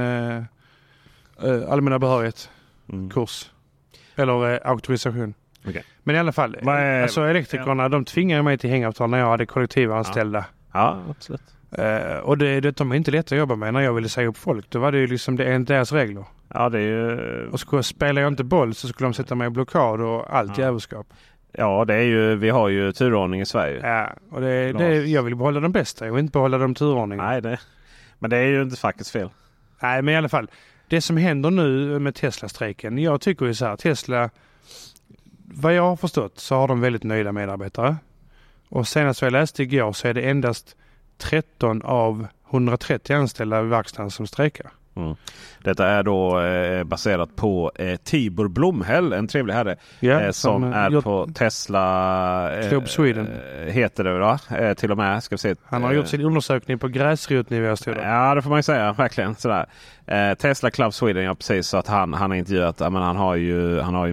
allmänna behörighet kurs. Eller auktorisation. Okay. Men i alla fall, alltså elektrikerna de tvingade mig till hängavtal när jag hade kollektivanställda. Ja, absolut. Och de är inte lätt att jobba med när jag ville säga upp folk. Då var det ju liksom deras regler. Ja, det är ju... Och spelar jag inte boll så skulle de sätta mig i blockad och allt jävelskap. Ja, det är ju, vi har ju turordning i Sverige. Ja, och jag vill behålla de bästa. Jag vill inte behålla de turordningen. Nej, men det är ju inte fackets fel. Nej, men i alla fall. Det som händer nu med Tesla-strejken. Jag tycker ju så här. Tesla, vad jag har förstått så har de väldigt nöjda medarbetare. Och senast jag läste igår så är det endast 13 av 130 anställda vid verkstaden som strejkar. Mm. Detta är då baserat på Tibor Blomhäll, en trevlig herre som är på Tesla Club Sweden heter det va? Till och med, ska vi se. Han har gjort sin undersökning på gräsrotnivå. Ja, det får man ju säga, verkligen sådär. Tesla Club Sweden, ja precis, så att han har intervjuat, men han har ju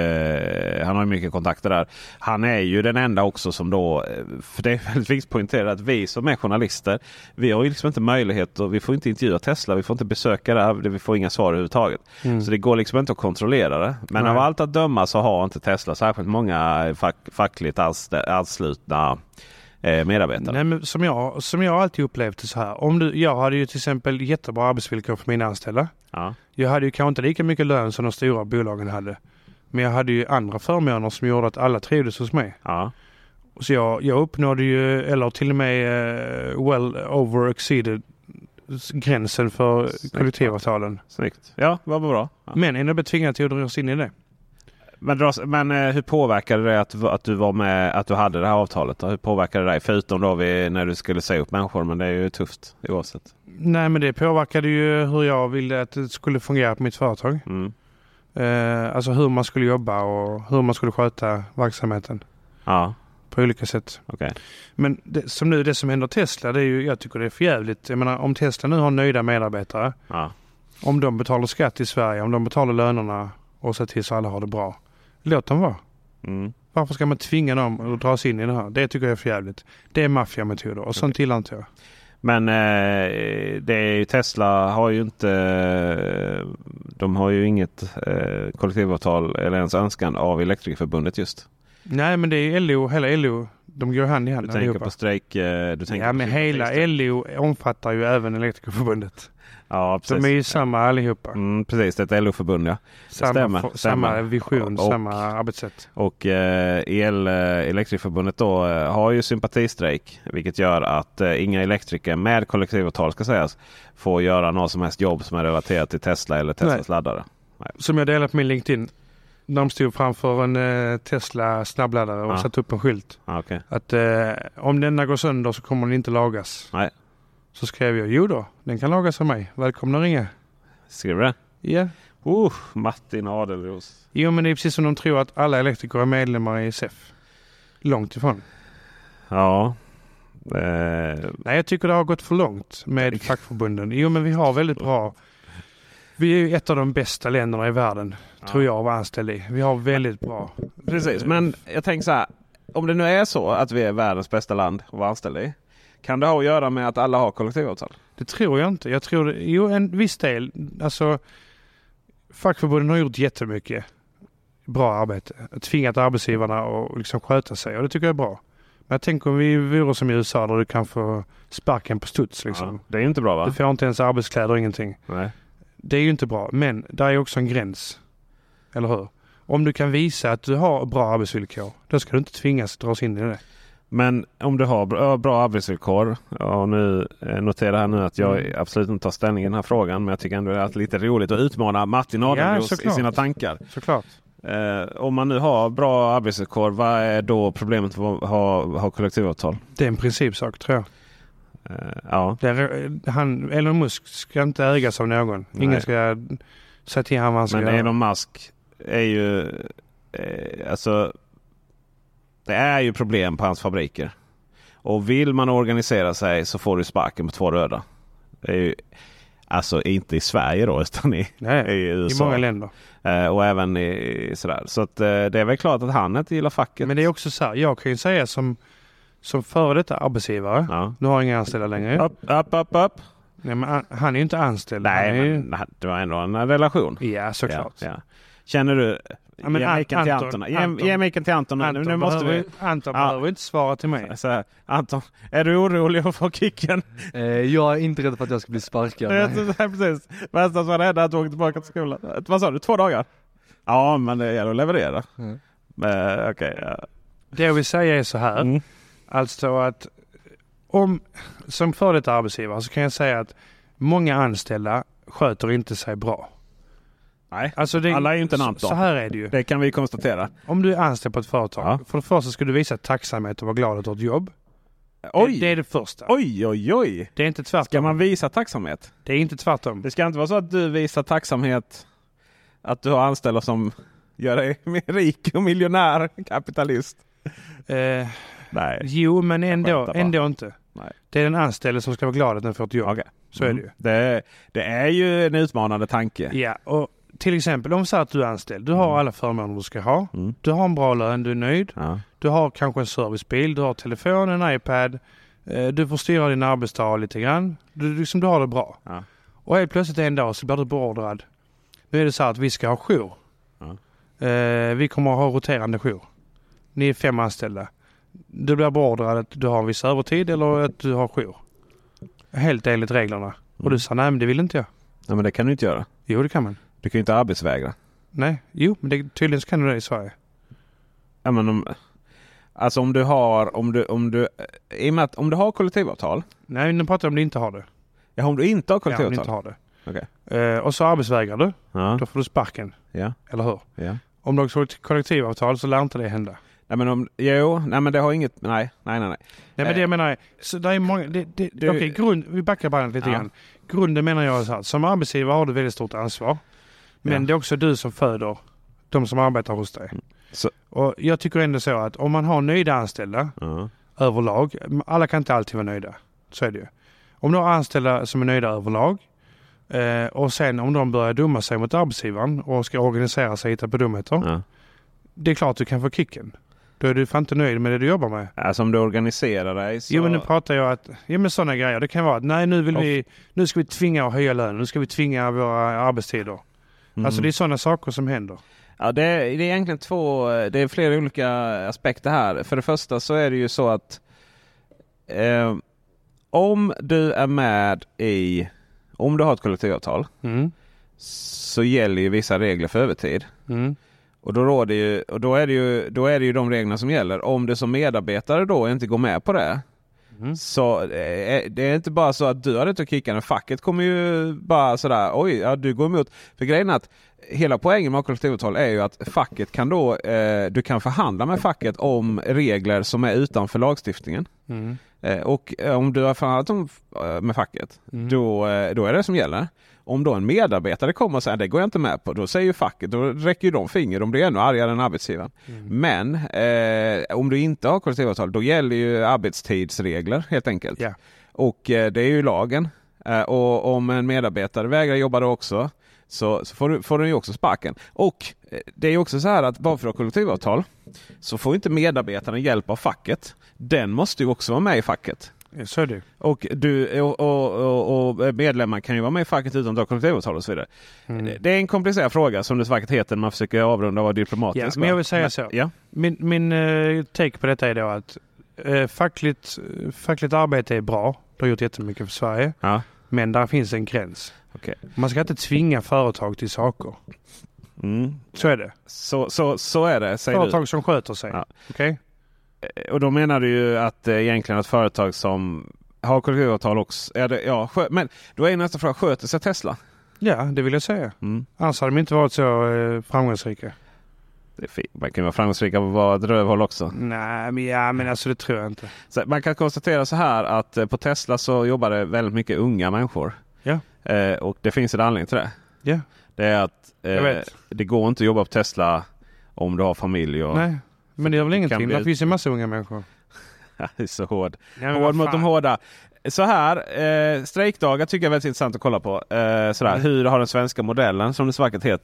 mycket kontakter där. Han är ju den enda också som då, för det är väldigt viktigt att poängtera att vi som är journalister, vi har ju liksom inte möjlighet och vi får inte intervjua Tesla, vi får inte besöka det, vi får inga svar överhuvudtaget. Så det går liksom inte att kontrollera det. Men av allt att döma så har inte Tesla särskilt många fackligt anslutna medarbetare. Nej, men som jag alltid upplevt det så här. Jag hade ju till exempel jättebra arbetsvillkor för mina anställda. Ja. Jag hade ju kanske inte lika mycket lön som de stora bolagen hade. Men jag hade ju andra förmåner som gjorde att alla trivdes hos mig. Ja. Så jag uppnådde ju, eller till och med well over exceeded gränsen för kollektivavtalen. Snyggt. Ja, vad bra. Ja. Men ändå betvingad till att dra oss in i det. Men hur påverkade det att du var med, att du hade det här avtalet då? Hur påverkade det dig? Förutom då när du skulle säga upp människor, men det är ju tufft oavsett. Nej, men det påverkade ju hur jag ville att det skulle fungera på mitt företag. Alltså hur man skulle jobba och hur man skulle sköta verksamheten. Ja. På olika sätt. Okay. Men det som händer Tesla, det är ju, jag tycker det är förjävligt. Jag menar, om Tesla nu har nöjda medarbetare, om de betalar skatt i Sverige, om de betalar lönerna och ser till så alla har det bra. Låt dem vara. Varför ska man tvinga dem att dra sig in i det här? Det tycker jag är förjävligt. Det är maffiametoder och sånt gillar inte jag. Men Tesla har ju inte, de har ju inget kollektivavtal eller ens önskan av Elektrikerförbundet just. Nej, men det är LO, hela LO, de går hand i hand. Du tänker på strejk? Men hela LO omfattar ju även Elektrikerförbundet. Ja, precis. De är ju samma allihopa. Precis, det är ett LO-förbund, ja. Samma vision, samma arbetssätt. Och Elektrikerförbundet då har ju sympatistrejk, vilket gör att inga elektriker med kollektivavtal ska sägas får göra något som helst jobb som är relaterat till Tesla eller Teslas laddare. som jag delar på min LinkedIn. De stod framför en Tesla snabbladdare och satt upp en skylt. Okay. Att om denna går sönder så kommer den inte lagas. Nej. Så skrev jag, jo då, den kan lagas av mig. Välkomna ringa. Skrev du det? Ja. Martin Adelros. Jo, men det är precis som de tror att alla elektriker är medlemmar i SEF. Långt ifrån. Ja. Nej, jag tycker det har gått för långt med fackförbunden. Jo, men vi har väldigt bra... Vi är ju ett av de bästa länderna i världen, tror jag, att vara anställd i. Vi har väldigt bra... Precis, men jag tänker så här. Om det nu är så att vi är världens bästa land att vara anställd i, kan det ha att göra med att alla har kollektivavtal? Det tror jag inte. Jag tror en viss del. Alltså, fackförbunden har gjort jättemycket bra arbete. Tvingat arbetsgivarna att liksom sköta sig, och det tycker jag är bra. Men jag tänker om vi vore som i USA där du kan få sparken på studs. Liksom. Ja, det är ju inte bra, va? Du får inte ens arbetskläder och ingenting. Nej. Det är ju inte bra, men där är också en gräns. Eller hur? Om du kan visa att du har bra arbetsvillkor, då ska du inte tvingas dras in i det. Men om du har bra arbetsvillkor, och nu noterar här nu att jag absolut inte tar ställning i den här frågan, men jag tycker ändå det är lite roligt att utmana Martin Adelros i sina tankar. Såklart. Om man nu har bra arbetsvillkor, vad är då problemet med att ha kollektivavtal? Det är en principsak, tror jag. Ja. Elon Musk ska inte ägas av någon. Nej. Ingen ska säga till honom vad han ska göra. Men Elon Musk är ju alltså det är ju problem på hans fabriker. Och vill man organisera sig så får du sparken på 2 röda. Det är ju, alltså inte i Sverige då, utan i USA. I många länder. Och även i sådär. Så att, det är väl klart att han inte gillar facket. Men det är också så här, jag kan ju säga som före detta arbetsgivare. Ja. Nu har jag inga anställda längre. Upp. Nej, men han är ju inte anställd. Nej, men det var ändå en relation. Ja, såklart. Ja. Känner du... Ja, men ge micken till Anton. Ge micken till Anton. Nu måste vi... Anton behöver inte svara till mig. Så här, Anton, är du orolig att få kicken? Jag är inte rädd för att jag ska bli sparkad. Precis. Vänster var rädd att du åkte tillbaka till skolan. Vad sa du? 2 dagar? Ja, men det gäller att leverera. Okej. Det jag vill säga är så här. Alltså att som före detta arbetsgivare så kan jag säga att många anställda sköter inte sig bra. Nej, alltså alla är ju inte en Anton. Så här är det ju. Det kan vi konstatera. Om du är anställd på ett företag, för det första ska du visa tacksamhet och vara glad att du har ett jobb. Oj! Det är det första. Oj! Det är inte tvärtom. Ska man visa tacksamhet? Det är inte tvärtom. Det ska inte vara så att du visar tacksamhet att du har anställda som gör dig rik och miljonär, kapitalist. Nej. Jo, men ändå inte. Nej. Det är den anställde som ska vara glad att den får ett jobb. Okay. Så är det ju. Det är ju en utmanande tanke. Ja, och till exempel om så att du är anställd. Du har alla förmåner du ska ha. Du har en bra lön, du är nöjd. Ja. Du har kanske en servicebil, du har telefon, en iPad. Du får styra din arbetsdag lite grann. Du har det bra. Ja. Och helt plötsligt en dag så blir du beordrad. Nu är det så att vi ska ha jour. Ja. Vi kommer att ha roterande jour. Ni är 5 anställda. Du blir beordrad att du har en viss övertid eller att du har jour. Helt enligt reglerna. Och du sa nej, men det vill inte jag. Nej, men det kan du inte göra. Jo, det kan man. Du kan ju inte arbetsvägra. Nej, jo, men tydligen så kan du det i Sverige. Ja, men om du har kollektivavtal. Nej, nu pratar jag om du inte har det. Ja, om du inte har kollektivavtal. Ja, om du inte har det. Okay. Och så arbetsvägrar du. Ja. Då får du sparken. Ja. Eller hur? Ja. Om du har kollektivavtal så lär inte det hända. Nej, men det har inget... Nej. Nej, men det jag menar är... Så det är många... vi backar bandet lite grann. Grunden menar jag så här. Som arbetsgivare har du väldigt stort ansvar. Men det är också du som föder de som arbetar hos dig. Så. Och jag tycker ändå så att om man har nöjda anställda överlag... Alla kan inte alltid vara nöjda. Så är det ju. Om du har anställda som är nöjda överlag och sen om de börjar dumma sig mot arbetsgivaren och ska organisera sig och hitta på dumheter. Det är klart du kan få kicken. Då är du fan inte nöjd med det du jobbar med. Alltså om du organiserar dig så... Jo, men nu pratar jag att... Ja, men sådana grejer. Det kan vara att nej, nu ska vi tvinga att höja lönen. Nu ska vi tvinga våra arbetstider. Alltså det är sådana saker som händer. Ja, det är egentligen det är flera olika aspekter här. För det första så är det ju så att om du är med om du har ett kollektivavtal så gäller ju vissa regler för övertid. Och då är det ju de reglerna som gäller. Om du som medarbetare då inte går med på det Så det är inte bara så att du har rätt att kicka. Facket kommer ju bara sådär, oj, ja, du går emot. För grejen är att hela poängen med kollektivavtal är ju att facket kan då, du kan förhandla med facket om regler som är utanför lagstiftningen. Och om du har förhandlat med facket, då är det som gäller. Om då en medarbetare kommer och säger det går jag inte med på, då säger ju facket, då räcker ju de finger, de blir ännu argare än arbetsgivaren. Men om du inte har kollektivavtal, då gäller ju arbetstidsregler helt enkelt. Yeah. Och det är ju lagen. Och om en medarbetare vägrar jobba då också, så får den ju också sparken. Och det är ju också så här att bara för att ha kollektivavtal så får inte medarbetaren hjälp av facket. Den måste ju också vara med i facket. Så är det. Och och medlemmar kan ju vara med i facket utan att ha kollektivavtal och så vidare. Det är en komplicerad fråga som det facket heter när man försöker avrunda och vara diplomatisk. Ja, men jag vill säga så. Ja. Min take på detta är då att fackligt arbete är bra. Det har gjort jättemycket för Sverige. Ja. Men där finns en gräns. Okay. Man ska inte tvinga företag till saker. Så är det. Så är det, säger företag som sköter sig. Ja. Okay? Och då menar du ju att egentligen att företag som har kollektivavtal också är det, ja, men då är nästa fråga, sköter sig Tesla? Ja, det vill jag säga. Annars hade de inte varit så framgångsrika. Det är fint. Man kan vara framgångsrika på att vara ett rövhåll också. Nej, men alltså det tror jag inte. Så man kan konstatera så här att på Tesla så jobbar det väldigt mycket unga människor. Ja. Och det finns en anledning till det. Ja. Det är att det går inte att jobba på Tesla om du har familj. Och nej, men det är väl ingenting. Det finns en massa unga människor. Det är så hård. Hård mot de hårda. Så här, strejkdagar tycker jag är väldigt intressant att kolla på. Sådär, hur har den svenska modellen som det så vackert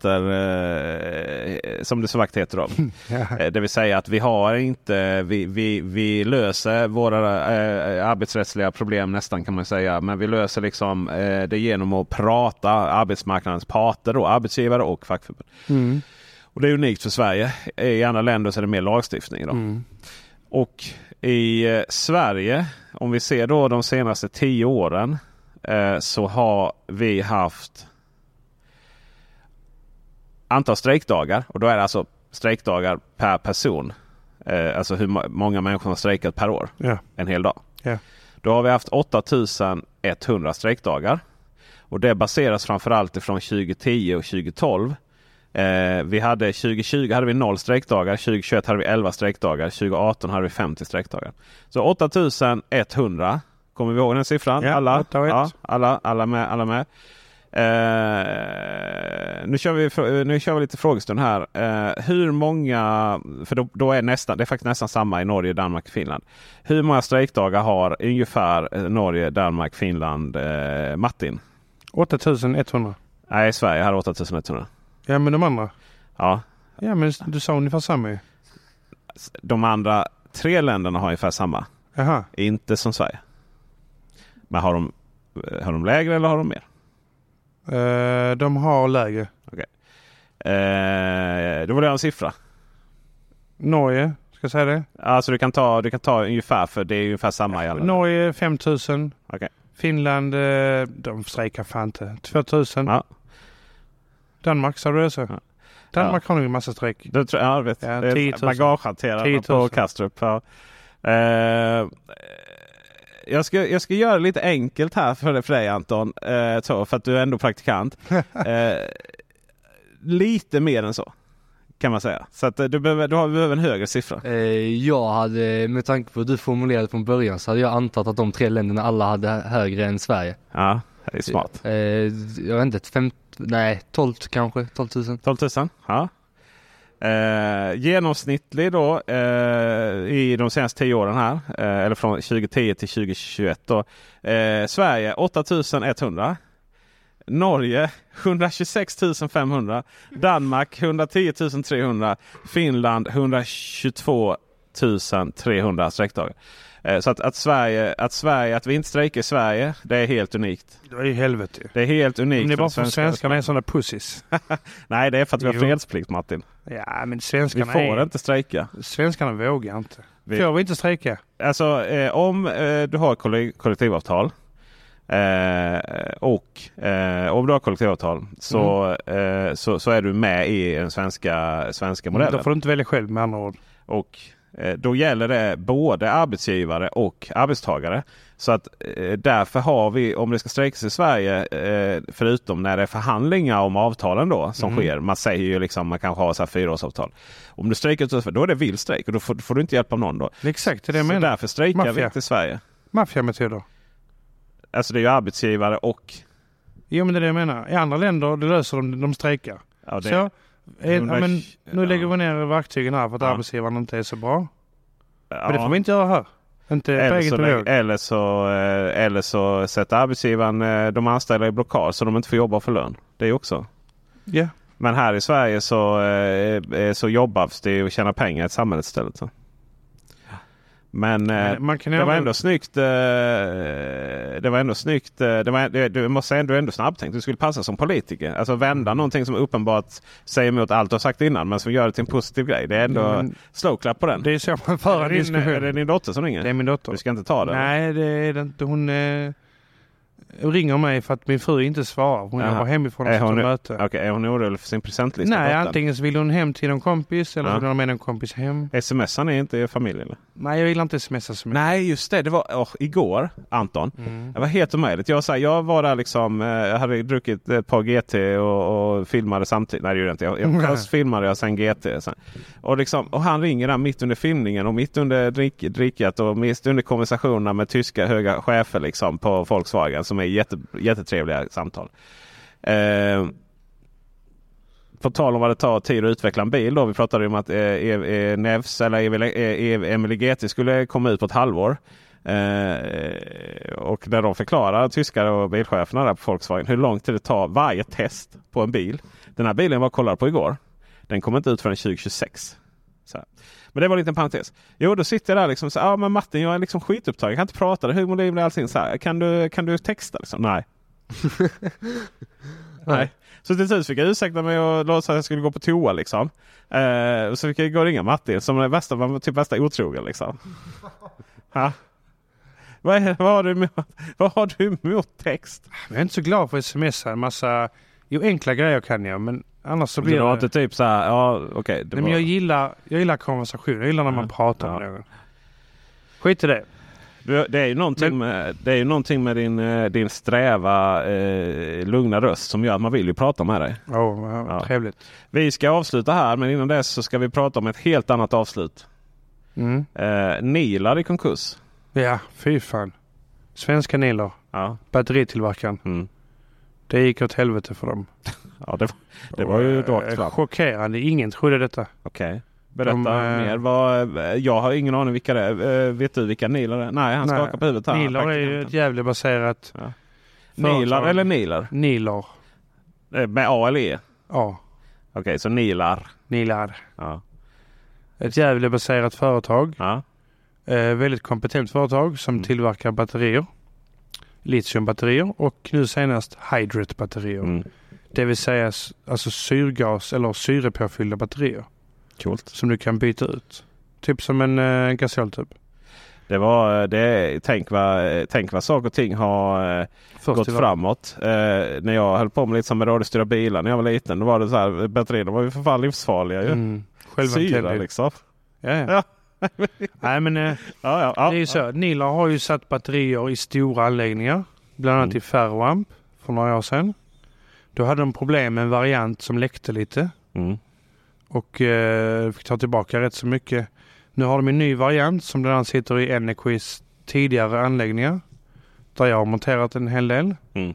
heter då. Det vill säga att vi har inte, vi löser våra arbetsrättsliga problem nästan kan man säga. Men vi löser liksom det genom att prata arbetsmarknadens parter då, arbetsgivare och fackförbund. Och det är unikt för Sverige. I andra länder så är det mer lagstiftning då. Och i Sverige, om vi ser då de senaste 10 åren, så har vi haft antal strejkdagar. Och då är det alltså strejkdagar per person. Alltså hur många människor har strejkat per år. Yeah. En hel dag. Yeah. Då har vi haft 8100 strejkdagar. Och det baseras framförallt ifrån 2010 och 2012. Vi hade 2020 hade vi 0 strejkdagar, 2021 hade vi 11 strejkdagar, 2018 hade vi 50 strejkdagar. Så 8100, kommer vi ihåg den siffran? Ja, alla med. Nu kör vi lite frågestund här. Hur många, för då är det är faktiskt nästan samma i Norge, Danmark och Finland. Hur många strejkdagar har ungefär Norge, Danmark, Finland, Martin? 8100. Nej, Sverige har 8100. Ja, men de andra? Ja. Ja, men du sa ungefär samma. De andra 3 länderna har ungefär samma. Aha. Inte som Sverige. Men har de lägre eller har de mer? De har lägre. Okej. Då vill jag ha en siffra. Norge, ska jag säga det? Alltså du kan ta ungefär, för det är ungefär samma i alla. Norge 5000. Okej. Finland, de strejkar fan inte. 2000. Ja. Danmark, sa du det så? Ja. Danmark har nog en massa strejk. Jag vet. Ja, 10 000. Bagagehanterare på Kastrup. Ja. Jag ska göra det lite enkelt här för dig Anton. För att du är ändå praktikant. Lite mer än så kan man säga. Så att du behöver en högre siffra. Jag hade, med tanke på hur du formulerade från början, så hade jag antat att de 3 länderna alla hade högre än Sverige. Ja, det är smart. Jag vet inte, 12 kanske, 12 000. 12 000, ja. Genomsnittlig då i de senaste 10 åren här, eller från 2010 till 2021 då. Sverige 8100. Norge 126 500. Danmark 110 300. Finland 122 300 strejkdagar. Så att vi inte strejkar i Sverige, det är helt unikt. Det är ju helvete. Det är helt unikt. Men det är bara för svenskarna är sådana pussis. Nej, det är för att vi har fredsplikt, Martin. Ja, men svenskarna vi får inte strejka. Svenskarna vågar inte. Får vi inte strejka? Alltså, om du har kollektivavtal och om du har kollektivavtal så är du med i den svenska modellen. Då får du inte välja själv, med andra ord. Och då gäller det både arbetsgivare och arbetstagare. Så att därför har vi, om det ska strejkas i Sverige, förutom när det är förhandlingar om avtalen då som sker. Man säger ju liksom, man kanske har så här 4-årsavtal. Om du strejkar utanför, då är det vild strejk och då får du inte hjälp av någon då. Exakt, det är det jag menar. Så därför strejkar vi inte i Sverige. Maffiametoder. Alltså det är ju arbetsgivare och... Jo, men det är det jag menar. I andra länder, det löser de strejkar. Ja, det... Så, men nu lägger vi ner verktygen här för att arbetsgivaren inte är så bra. Ja. Men det får vi inte göra här. Inte på eget bevåg. Eller så sätter arbetsgivaren de anställda i blockad så de inte får jobba för lön. Det är också. Ja. Yeah. Men här i Sverige så jobbas det och tjänar pengar i samhället istället. Så. Men det var ändå snyggt. Det var ändå snyggt. Du måste ändå snabbtänkt. Du skulle passa som politiker. Alltså vända någonting som uppenbart säger emot allt du har sagt innan. Men som gör det till en positiv grej. Det är ändå slowclap på den. Det är så man för en diskussion. Är det din dotter som ringer? Det är min dotter. Du ska inte ta det? Nej, det är det inte. Hon ringer mig för att min fru inte svarar. Hon var hemifrån och sitter möte. Okej, är hon orolig för sin presentlista? Nej, antingen så vill hon hem till någon kompis eller så vill hon med en kompis hem. Smsar är inte familj eller? Nej, jag gillar inte smsa så mycket. Nej, just det. Det var igår, Anton. Det var helt omöjligt. Jag var där liksom, jag hade druckit ett par GT och filmade samtidigt. Nej, det gjorde jag inte. Först filmade jag sen GT. Sen. Och han ringer där mitt under filmningen och mitt under drickat och mitt under konversationerna med tyska höga chefer liksom på Volkswagen som är jättetrevliga samtal. På tal om vad det tar tid att utveckla en bil då. Vi pratade om att Nevs eller Emily GT skulle komma ut på ett halvår. Och när de förklarar, tyskar och bilcheferna där på Volkswagen, hur lång tid det tar varje test på en bil. Den här bilen var kollad på igår. Den kommer inte ut förrän 2026. Så. Men det var en liten parentes. Jo, då sitter jag där liksom så men Martin, jag är liksom skitupptagen. Jag kan inte prata, humorliv och allting så här. Kan du texta liksom? Nej. Nej. Så till slut fick jag ursäkta mig och låtsas att jag skulle gå på toa liksom. Och så fick jag gå och ringa Martin som var värsta otrogen liksom. Ha? Vad har du emot text? Jag är inte så glad för sms här. En massa enkla grejer kan jag, men annars så blir det... Du har inte typ så här, okej. Nej, men jag gillar konversation. Jag gillar när man pratar med någon. Skit i det. Det är ju någonting med din sträva lugna röst som gör att man vill ju prata med dig. Trevligt. Vi ska avsluta här, men innan dess så ska vi prata om ett helt annat avslut. Nilar i konkurs. Ja, fy fan. Svenska Nilar. Ja. Batteritillverkaren. Det gick åt helvete för dem. Ja, det var ju rakt fram. Chockerande. Ingen trodde detta. Okej. Berätta mer. Jag har ingen aning vilka det är. Vet du vilka Nilar är? Nej, han skakar på huvudet här. Nilar är ju ett Gävlebaserat. Ja. Nilar eller Nilar? Nilar. Med A eller E? A. Okej, så Nilar. Ja. Ett Gävlebaserat företag. Ja. Väldigt kompetent företag som tillverkar batterier. Litiumbatterier och nu senast Hydrate-batterier. Det vill säga alltså syrgas eller syrepåfyllda batterier. Coolt. Som du kan byta ut. Typ som en gasoltub. Tänk vad saker och ting har gått framåt. När jag höll på med lite som med radiostyrda bilar när jag var liten. Då var det så här, batterierna var ju för fan livsfarliga ju. Syra liksom. Ja. Nej men det är ju så. Nilar har ju satt batterier i stora anläggningar. Bland annat i Ferroamp för några år sedan. Då hade de problem med en variant som läckte lite. Och fick ta tillbaka rätt så mycket. Nu har de en ny variant som bland annat sitter i Enerquis tidigare anläggningar. Där jag har monterat en hel del.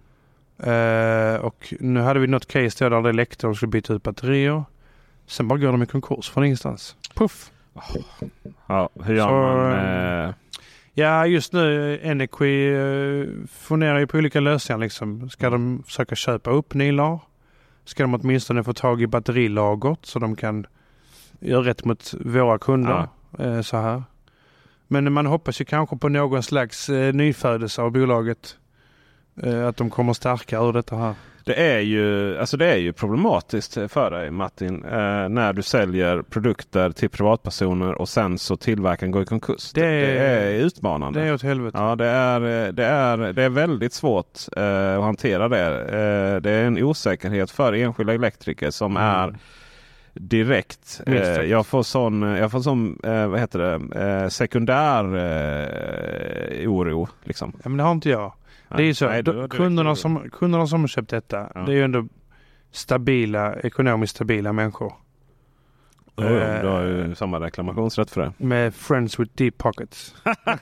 Och nu hade vi något case där det läckte och de skulle byta ut batterier. Sen bara går de i konkurs från ingenstans. Puff! Ja, hur gör man? Ja, just nu Enerqui funderar ju på olika lösningar liksom. Ska de försöka köpa upp Nilar? Ska de åtminstone få tag i batterilagret så de kan göra rätt mot våra kunder så här. Men man hoppas ju kanske på någon slags nyfödelse av bolaget. Att de kommer starka ur detta här. Det är ju problematiskt för dig Martin när du säljer produkter till privatpersoner och sen så tillverkaren går i konkurs. Det är utmanande. Det är åt helvete. Ja, det är väldigt svårt att hantera det. Det är en osäkerhet för enskilda elektriker som är direkt. Jag får sån vad heter det, sekundär oro liksom. Ja, men det har inte jag. Det är ju så, kunderna som har köpt detta, det är ju ändå ekonomiskt stabila människor. Du har ju samma reklamationsrätt för det. Med friends with deep pockets.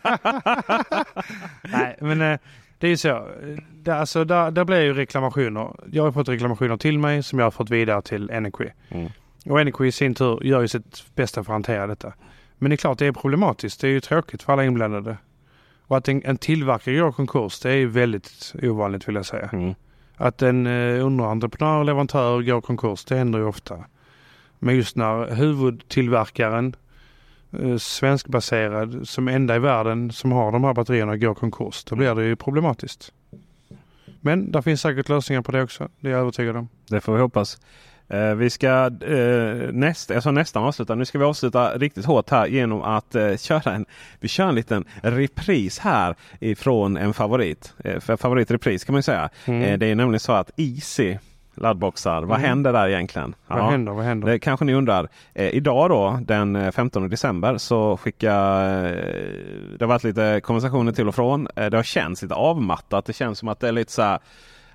Nej, men det är ju så. Där blir ju reklamationer. Jag har fått reklamationer till mig som jag har fått vidare till Energy. Och Energy i sin tur gör ju sitt bästa för att hantera detta. Men det är klart det är problematiskt. Det är ju tråkigt för alla inblandade. Och att en tillverkare gör konkurs, det är ju väldigt ovanligt vill jag säga. Att en underentreprenör och leverantör går konkurs, det händer ju ofta. Men just när huvudtillverkaren, svenskbaserad, som enda i världen som har de här batterierna går konkurs, då blir det ju problematiskt. Men där finns säkert lösningar på det också, det är jag övertygad om. Det får vi hoppas. Vi ska nästan avsluta. Nu ska vi avsluta riktigt hårt här genom att köra en liten repris här ifrån en favoritrepris kan man ju säga. Det är nämligen så att Easy laddboxar, vad händer där egentligen? Vad händer? Det kanske ni undrar. Idag då, den 15 december, så det har varit lite konversationer till och från. Det har känts lite avmattat. Det känns som att det är lite så här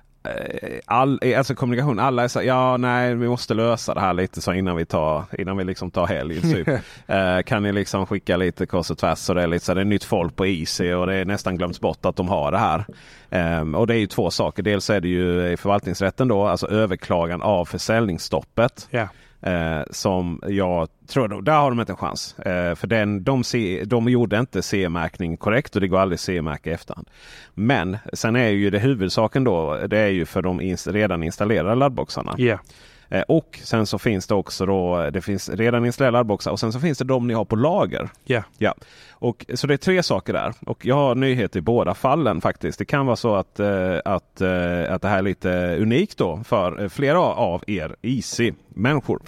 alltså kommunikation, alla är så vi måste lösa det här lite så innan vi liksom tar helg typ. Kan ni liksom skicka lite kors och tvärs, så det är lite så det är nytt folk på Easy och det är nästan glömts bort att de har det här. Och det är ju två saker. Dels är det ju i förvaltningsrätten då, alltså överklagan av försäljningsstoppet. Som jag tror, där har de inte en chans. För de gjorde inte CE-märkning korrekt och det går aldrig CE-märka i efterhand. Men sen är ju det huvudsaken då, det är ju för de redan installerade laddboxarna. Och sen så finns det också då, det finns redan installerade laddboxar och sen så finns det de ni har på lager. Ja. Och så det är 3 saker där. Och jag har nyheter i båda fallen faktiskt. Det kan vara så att det här är lite unikt då för flera av er Easy-människor.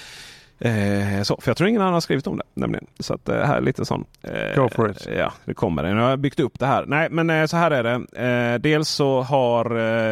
För jag tror ingen annan har skrivit om det nämligen. Så att det här är lite sån. Go for it. Ja, det kommer det. Nu har jag byggt upp det här. Nej, men så här är det. Dels så har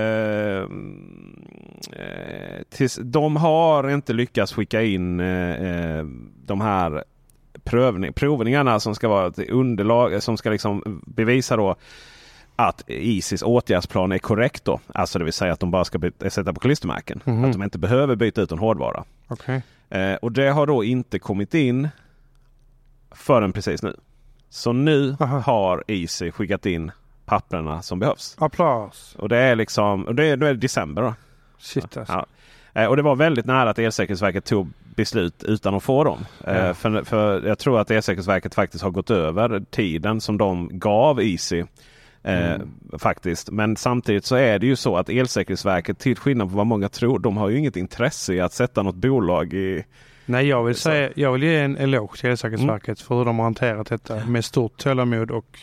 de har inte lyckats skicka in de här provningarna som ska vara ett underlag som ska liksom bevisa då att Easys åtgärdsplan är korrekt då. Alltså det vill säga att de bara ska sätta på klistermärken. Att de inte behöver byta ut en hårdvara. Okej. Och det har då inte kommit in förrän precis nu. Så nu har Easy skickat in papperna som behövs. Applaus. Och det är liksom, och då är det december då. Shit alltså. Ja. Och det var väldigt nära att Elsäkerhetsverket tog beslut utan att få dem. För jag tror att Elsäkerhetsverket faktiskt har gått över tiden som de gav Easy. Faktiskt. Men samtidigt så är det ju så att Elsäkerhetsverket, till skillnad på vad många tror, de har ju inget intresse i att sätta något bolag i... Nej, jag vill ge en eloge till Elsäkerhetsverket för hur de har hanterat detta med stort tålamod och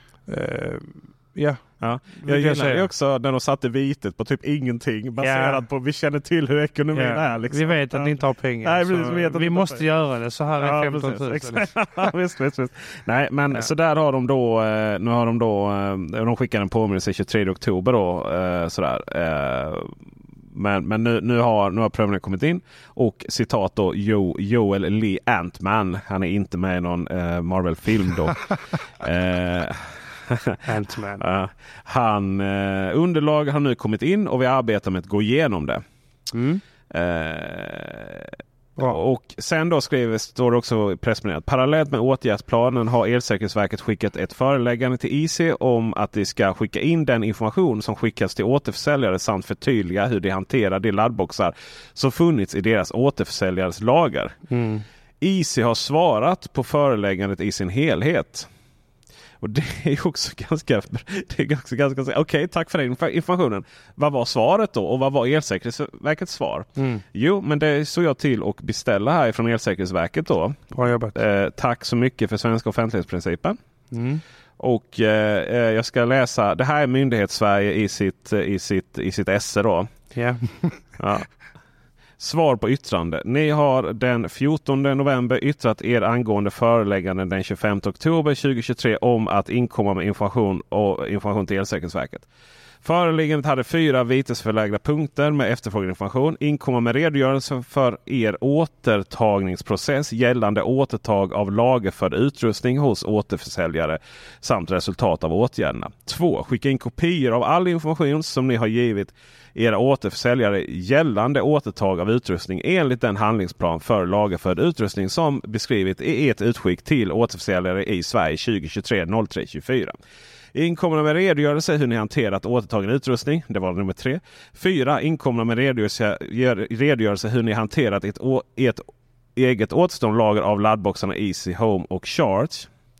Ja, jag gillar det också när de satte vitet på typ ingenting baserat på vi känner till hur ekonomin är. Liksom. Vi vet att ni inte har pengar. Nej, precis, vi måste göra det. Så här är 15 000. Visst. Nej, men så där har de då, nu har de skickade en påminnelse 23 oktober då, sådär. Men nu har prövningen kommit in och citat då Joel Lee Ant-Man, han är inte med i någon Marvel-film då. Ant-Man. Underlag har nu kommit in och vi arbetar med att gå igenom det. Och sen då står det också i pressmeddelandet: parallellt med åtgärdsplanen har Elsäkerhetsverket skickat ett föreläggande till Easy om att de ska skicka in den information som skickas till återförsäljare samt förtydliga hur de hanterar de laddboxar som funnits i deras återförsäljares lager. Easy har svarat på föreläggandet i sin helhet. Och det är ju också ganska okej, tack för den informationen. Vad var svaret då? Och vad var Elsäkerhetsverkets svar? Jo, men det såg jag till och beställa här från Elsäkerhetsverket då. Bra jobbat. Tack så mycket för svenska offentlighetsprincipen. Och jag ska läsa, det här är Myndighetssverige i sitt esse då. Ja. Svar på yttrande. Ni har den 14 november yttrat er angående föreläggande den 25 oktober 2023 om att inkomma med information till Elsäkerhetsverket. Föreläggandet hade 4 vitesförlagda punkter med efterfrågad information. Inkomma med redogörelse för er återtagningsprocess gällande återtag av lagerförd utrustning hos återförsäljare samt resultat av åtgärderna. 2. Skicka in kopior av all information som ni har givit era återförsäljare gällande återtag av utrustning enligt den handlingsplan för lagerförd utrustning som beskrivit i ett utskick till återförsäljare i Sverige 2023-03-24. Inkomna med redogörelse hur ni hanterat återtagen utrustning. Det var nummer 3. 4. Inkomna med redogörelse hur ni hanterat ett eget återståndlager av laddboxarna Easy Home och Charge.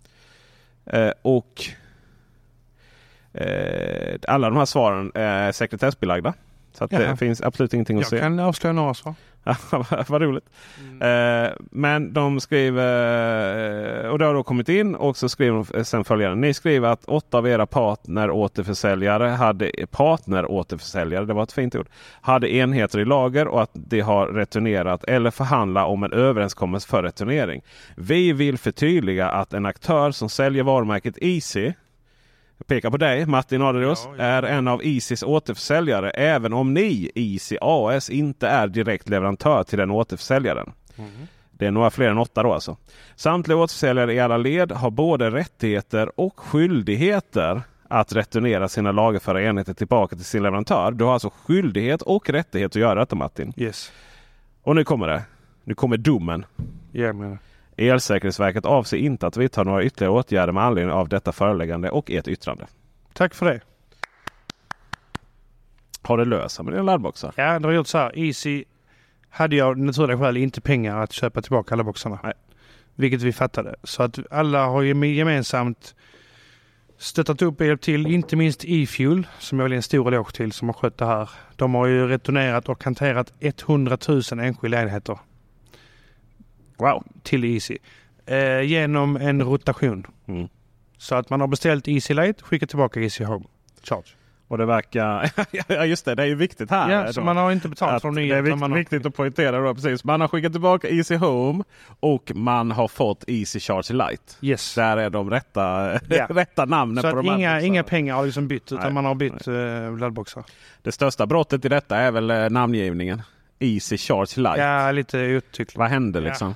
Alla de här svaren är sekretessbelagda. Så att det finns absolut ingenting att se. Jag kan avslöja några svar. Vad roligt. Men de skriver, och det har då kommit in, och så skriver de sen följande. Ni skriver att 8 av era partneråterförsäljare, det var ett fint ord, hade enheter i lager och att de har returnerat eller förhandla om en överenskommelse för returnering. Vi vill förtydliga att en aktör som säljer varumärket Easy, pekar på dig, Martin Adleros, är en av Easys återförsäljare även om ni, Easy AS, inte är direkt leverantör till den återförsäljaren. Det är några fler än 8 då alltså. Samtliga återförsäljare i alla led har både rättigheter och skyldigheter att returnera sina lagerförda enheter tillbaka till sin leverantör. Du har alltså skyldighet och rättighet att göra detta, Martin. Yes. Och nu kommer det. Nu kommer domen. Yeah, Elsäkerhetsverket avser inte att vidta några ytterligare åtgärder med anledning av detta föreläggande och ert yttrande. Tack för det. Har det löst med dina laddboxar? Ja, det har gjort så här. Easy hade jag naturliga skäl inte pengar att köpa tillbaka alla boxarna. Nej. Vilket vi fattade. Så att alla har ju gemensamt stöttat upp och hjälpt till. Inte minst eFuel, som jag vill en stor eloge till, som har skött det här. De har ju returnerat och hanterat 100 000 enskilda enheter. Wow. Till Easy. Genom en rotation. Så att man har beställt Easy Light, skickat tillbaka Easy Home Charge. Och det verkar... ja just det, det är ju viktigt här. Ja, så man har inte betalt från nya. Det är viktigt att poängtera då, precis. Man har skickat tillbaka Easy Home och man har fått Easy Charge Light. Yes. Där är de rätta namnen så på de här. Så inga pengar har liksom bytt, utan man har bytt laddboxar. Det största brottet i detta är väl namngivningen. Easy Charge Light. Ja, lite otyckligt. Vad hände liksom?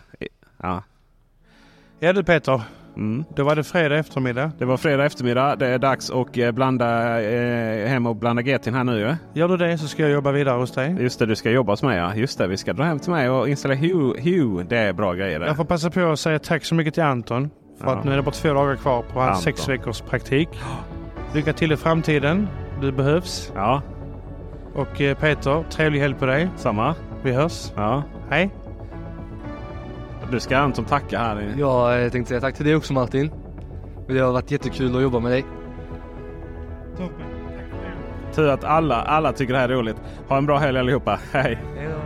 Ja du Peter, då var det fredag eftermiddag. Det var fredag eftermiddag. Det är dags att blanda hem och blanda GT:n här nu ju. Gör du det så ska jag jobba vidare hos dig. Just det, du ska jobba hos mig, ja. Just det, vi ska dra hem till mig och installera Hue. Det är bra grejer där. Jag får passa på att säga tack så mycket till Anton. För att nu är det bara 2 dagar kvar på hans 6 veckors praktik. Lycka till i framtiden. Du behövs. Ja. Och Peter, trevlig helg på dig. Samma. Vi hörs. Ja. Hej. Du ska Anton tacka här. Ja, jag tänkte säga tack till dig också, Martin. Det har varit jättekul att jobba med dig. Toppen. Tur att alla tycker det här är roligt. Ha en bra helg allihopa. Hej. Hej då.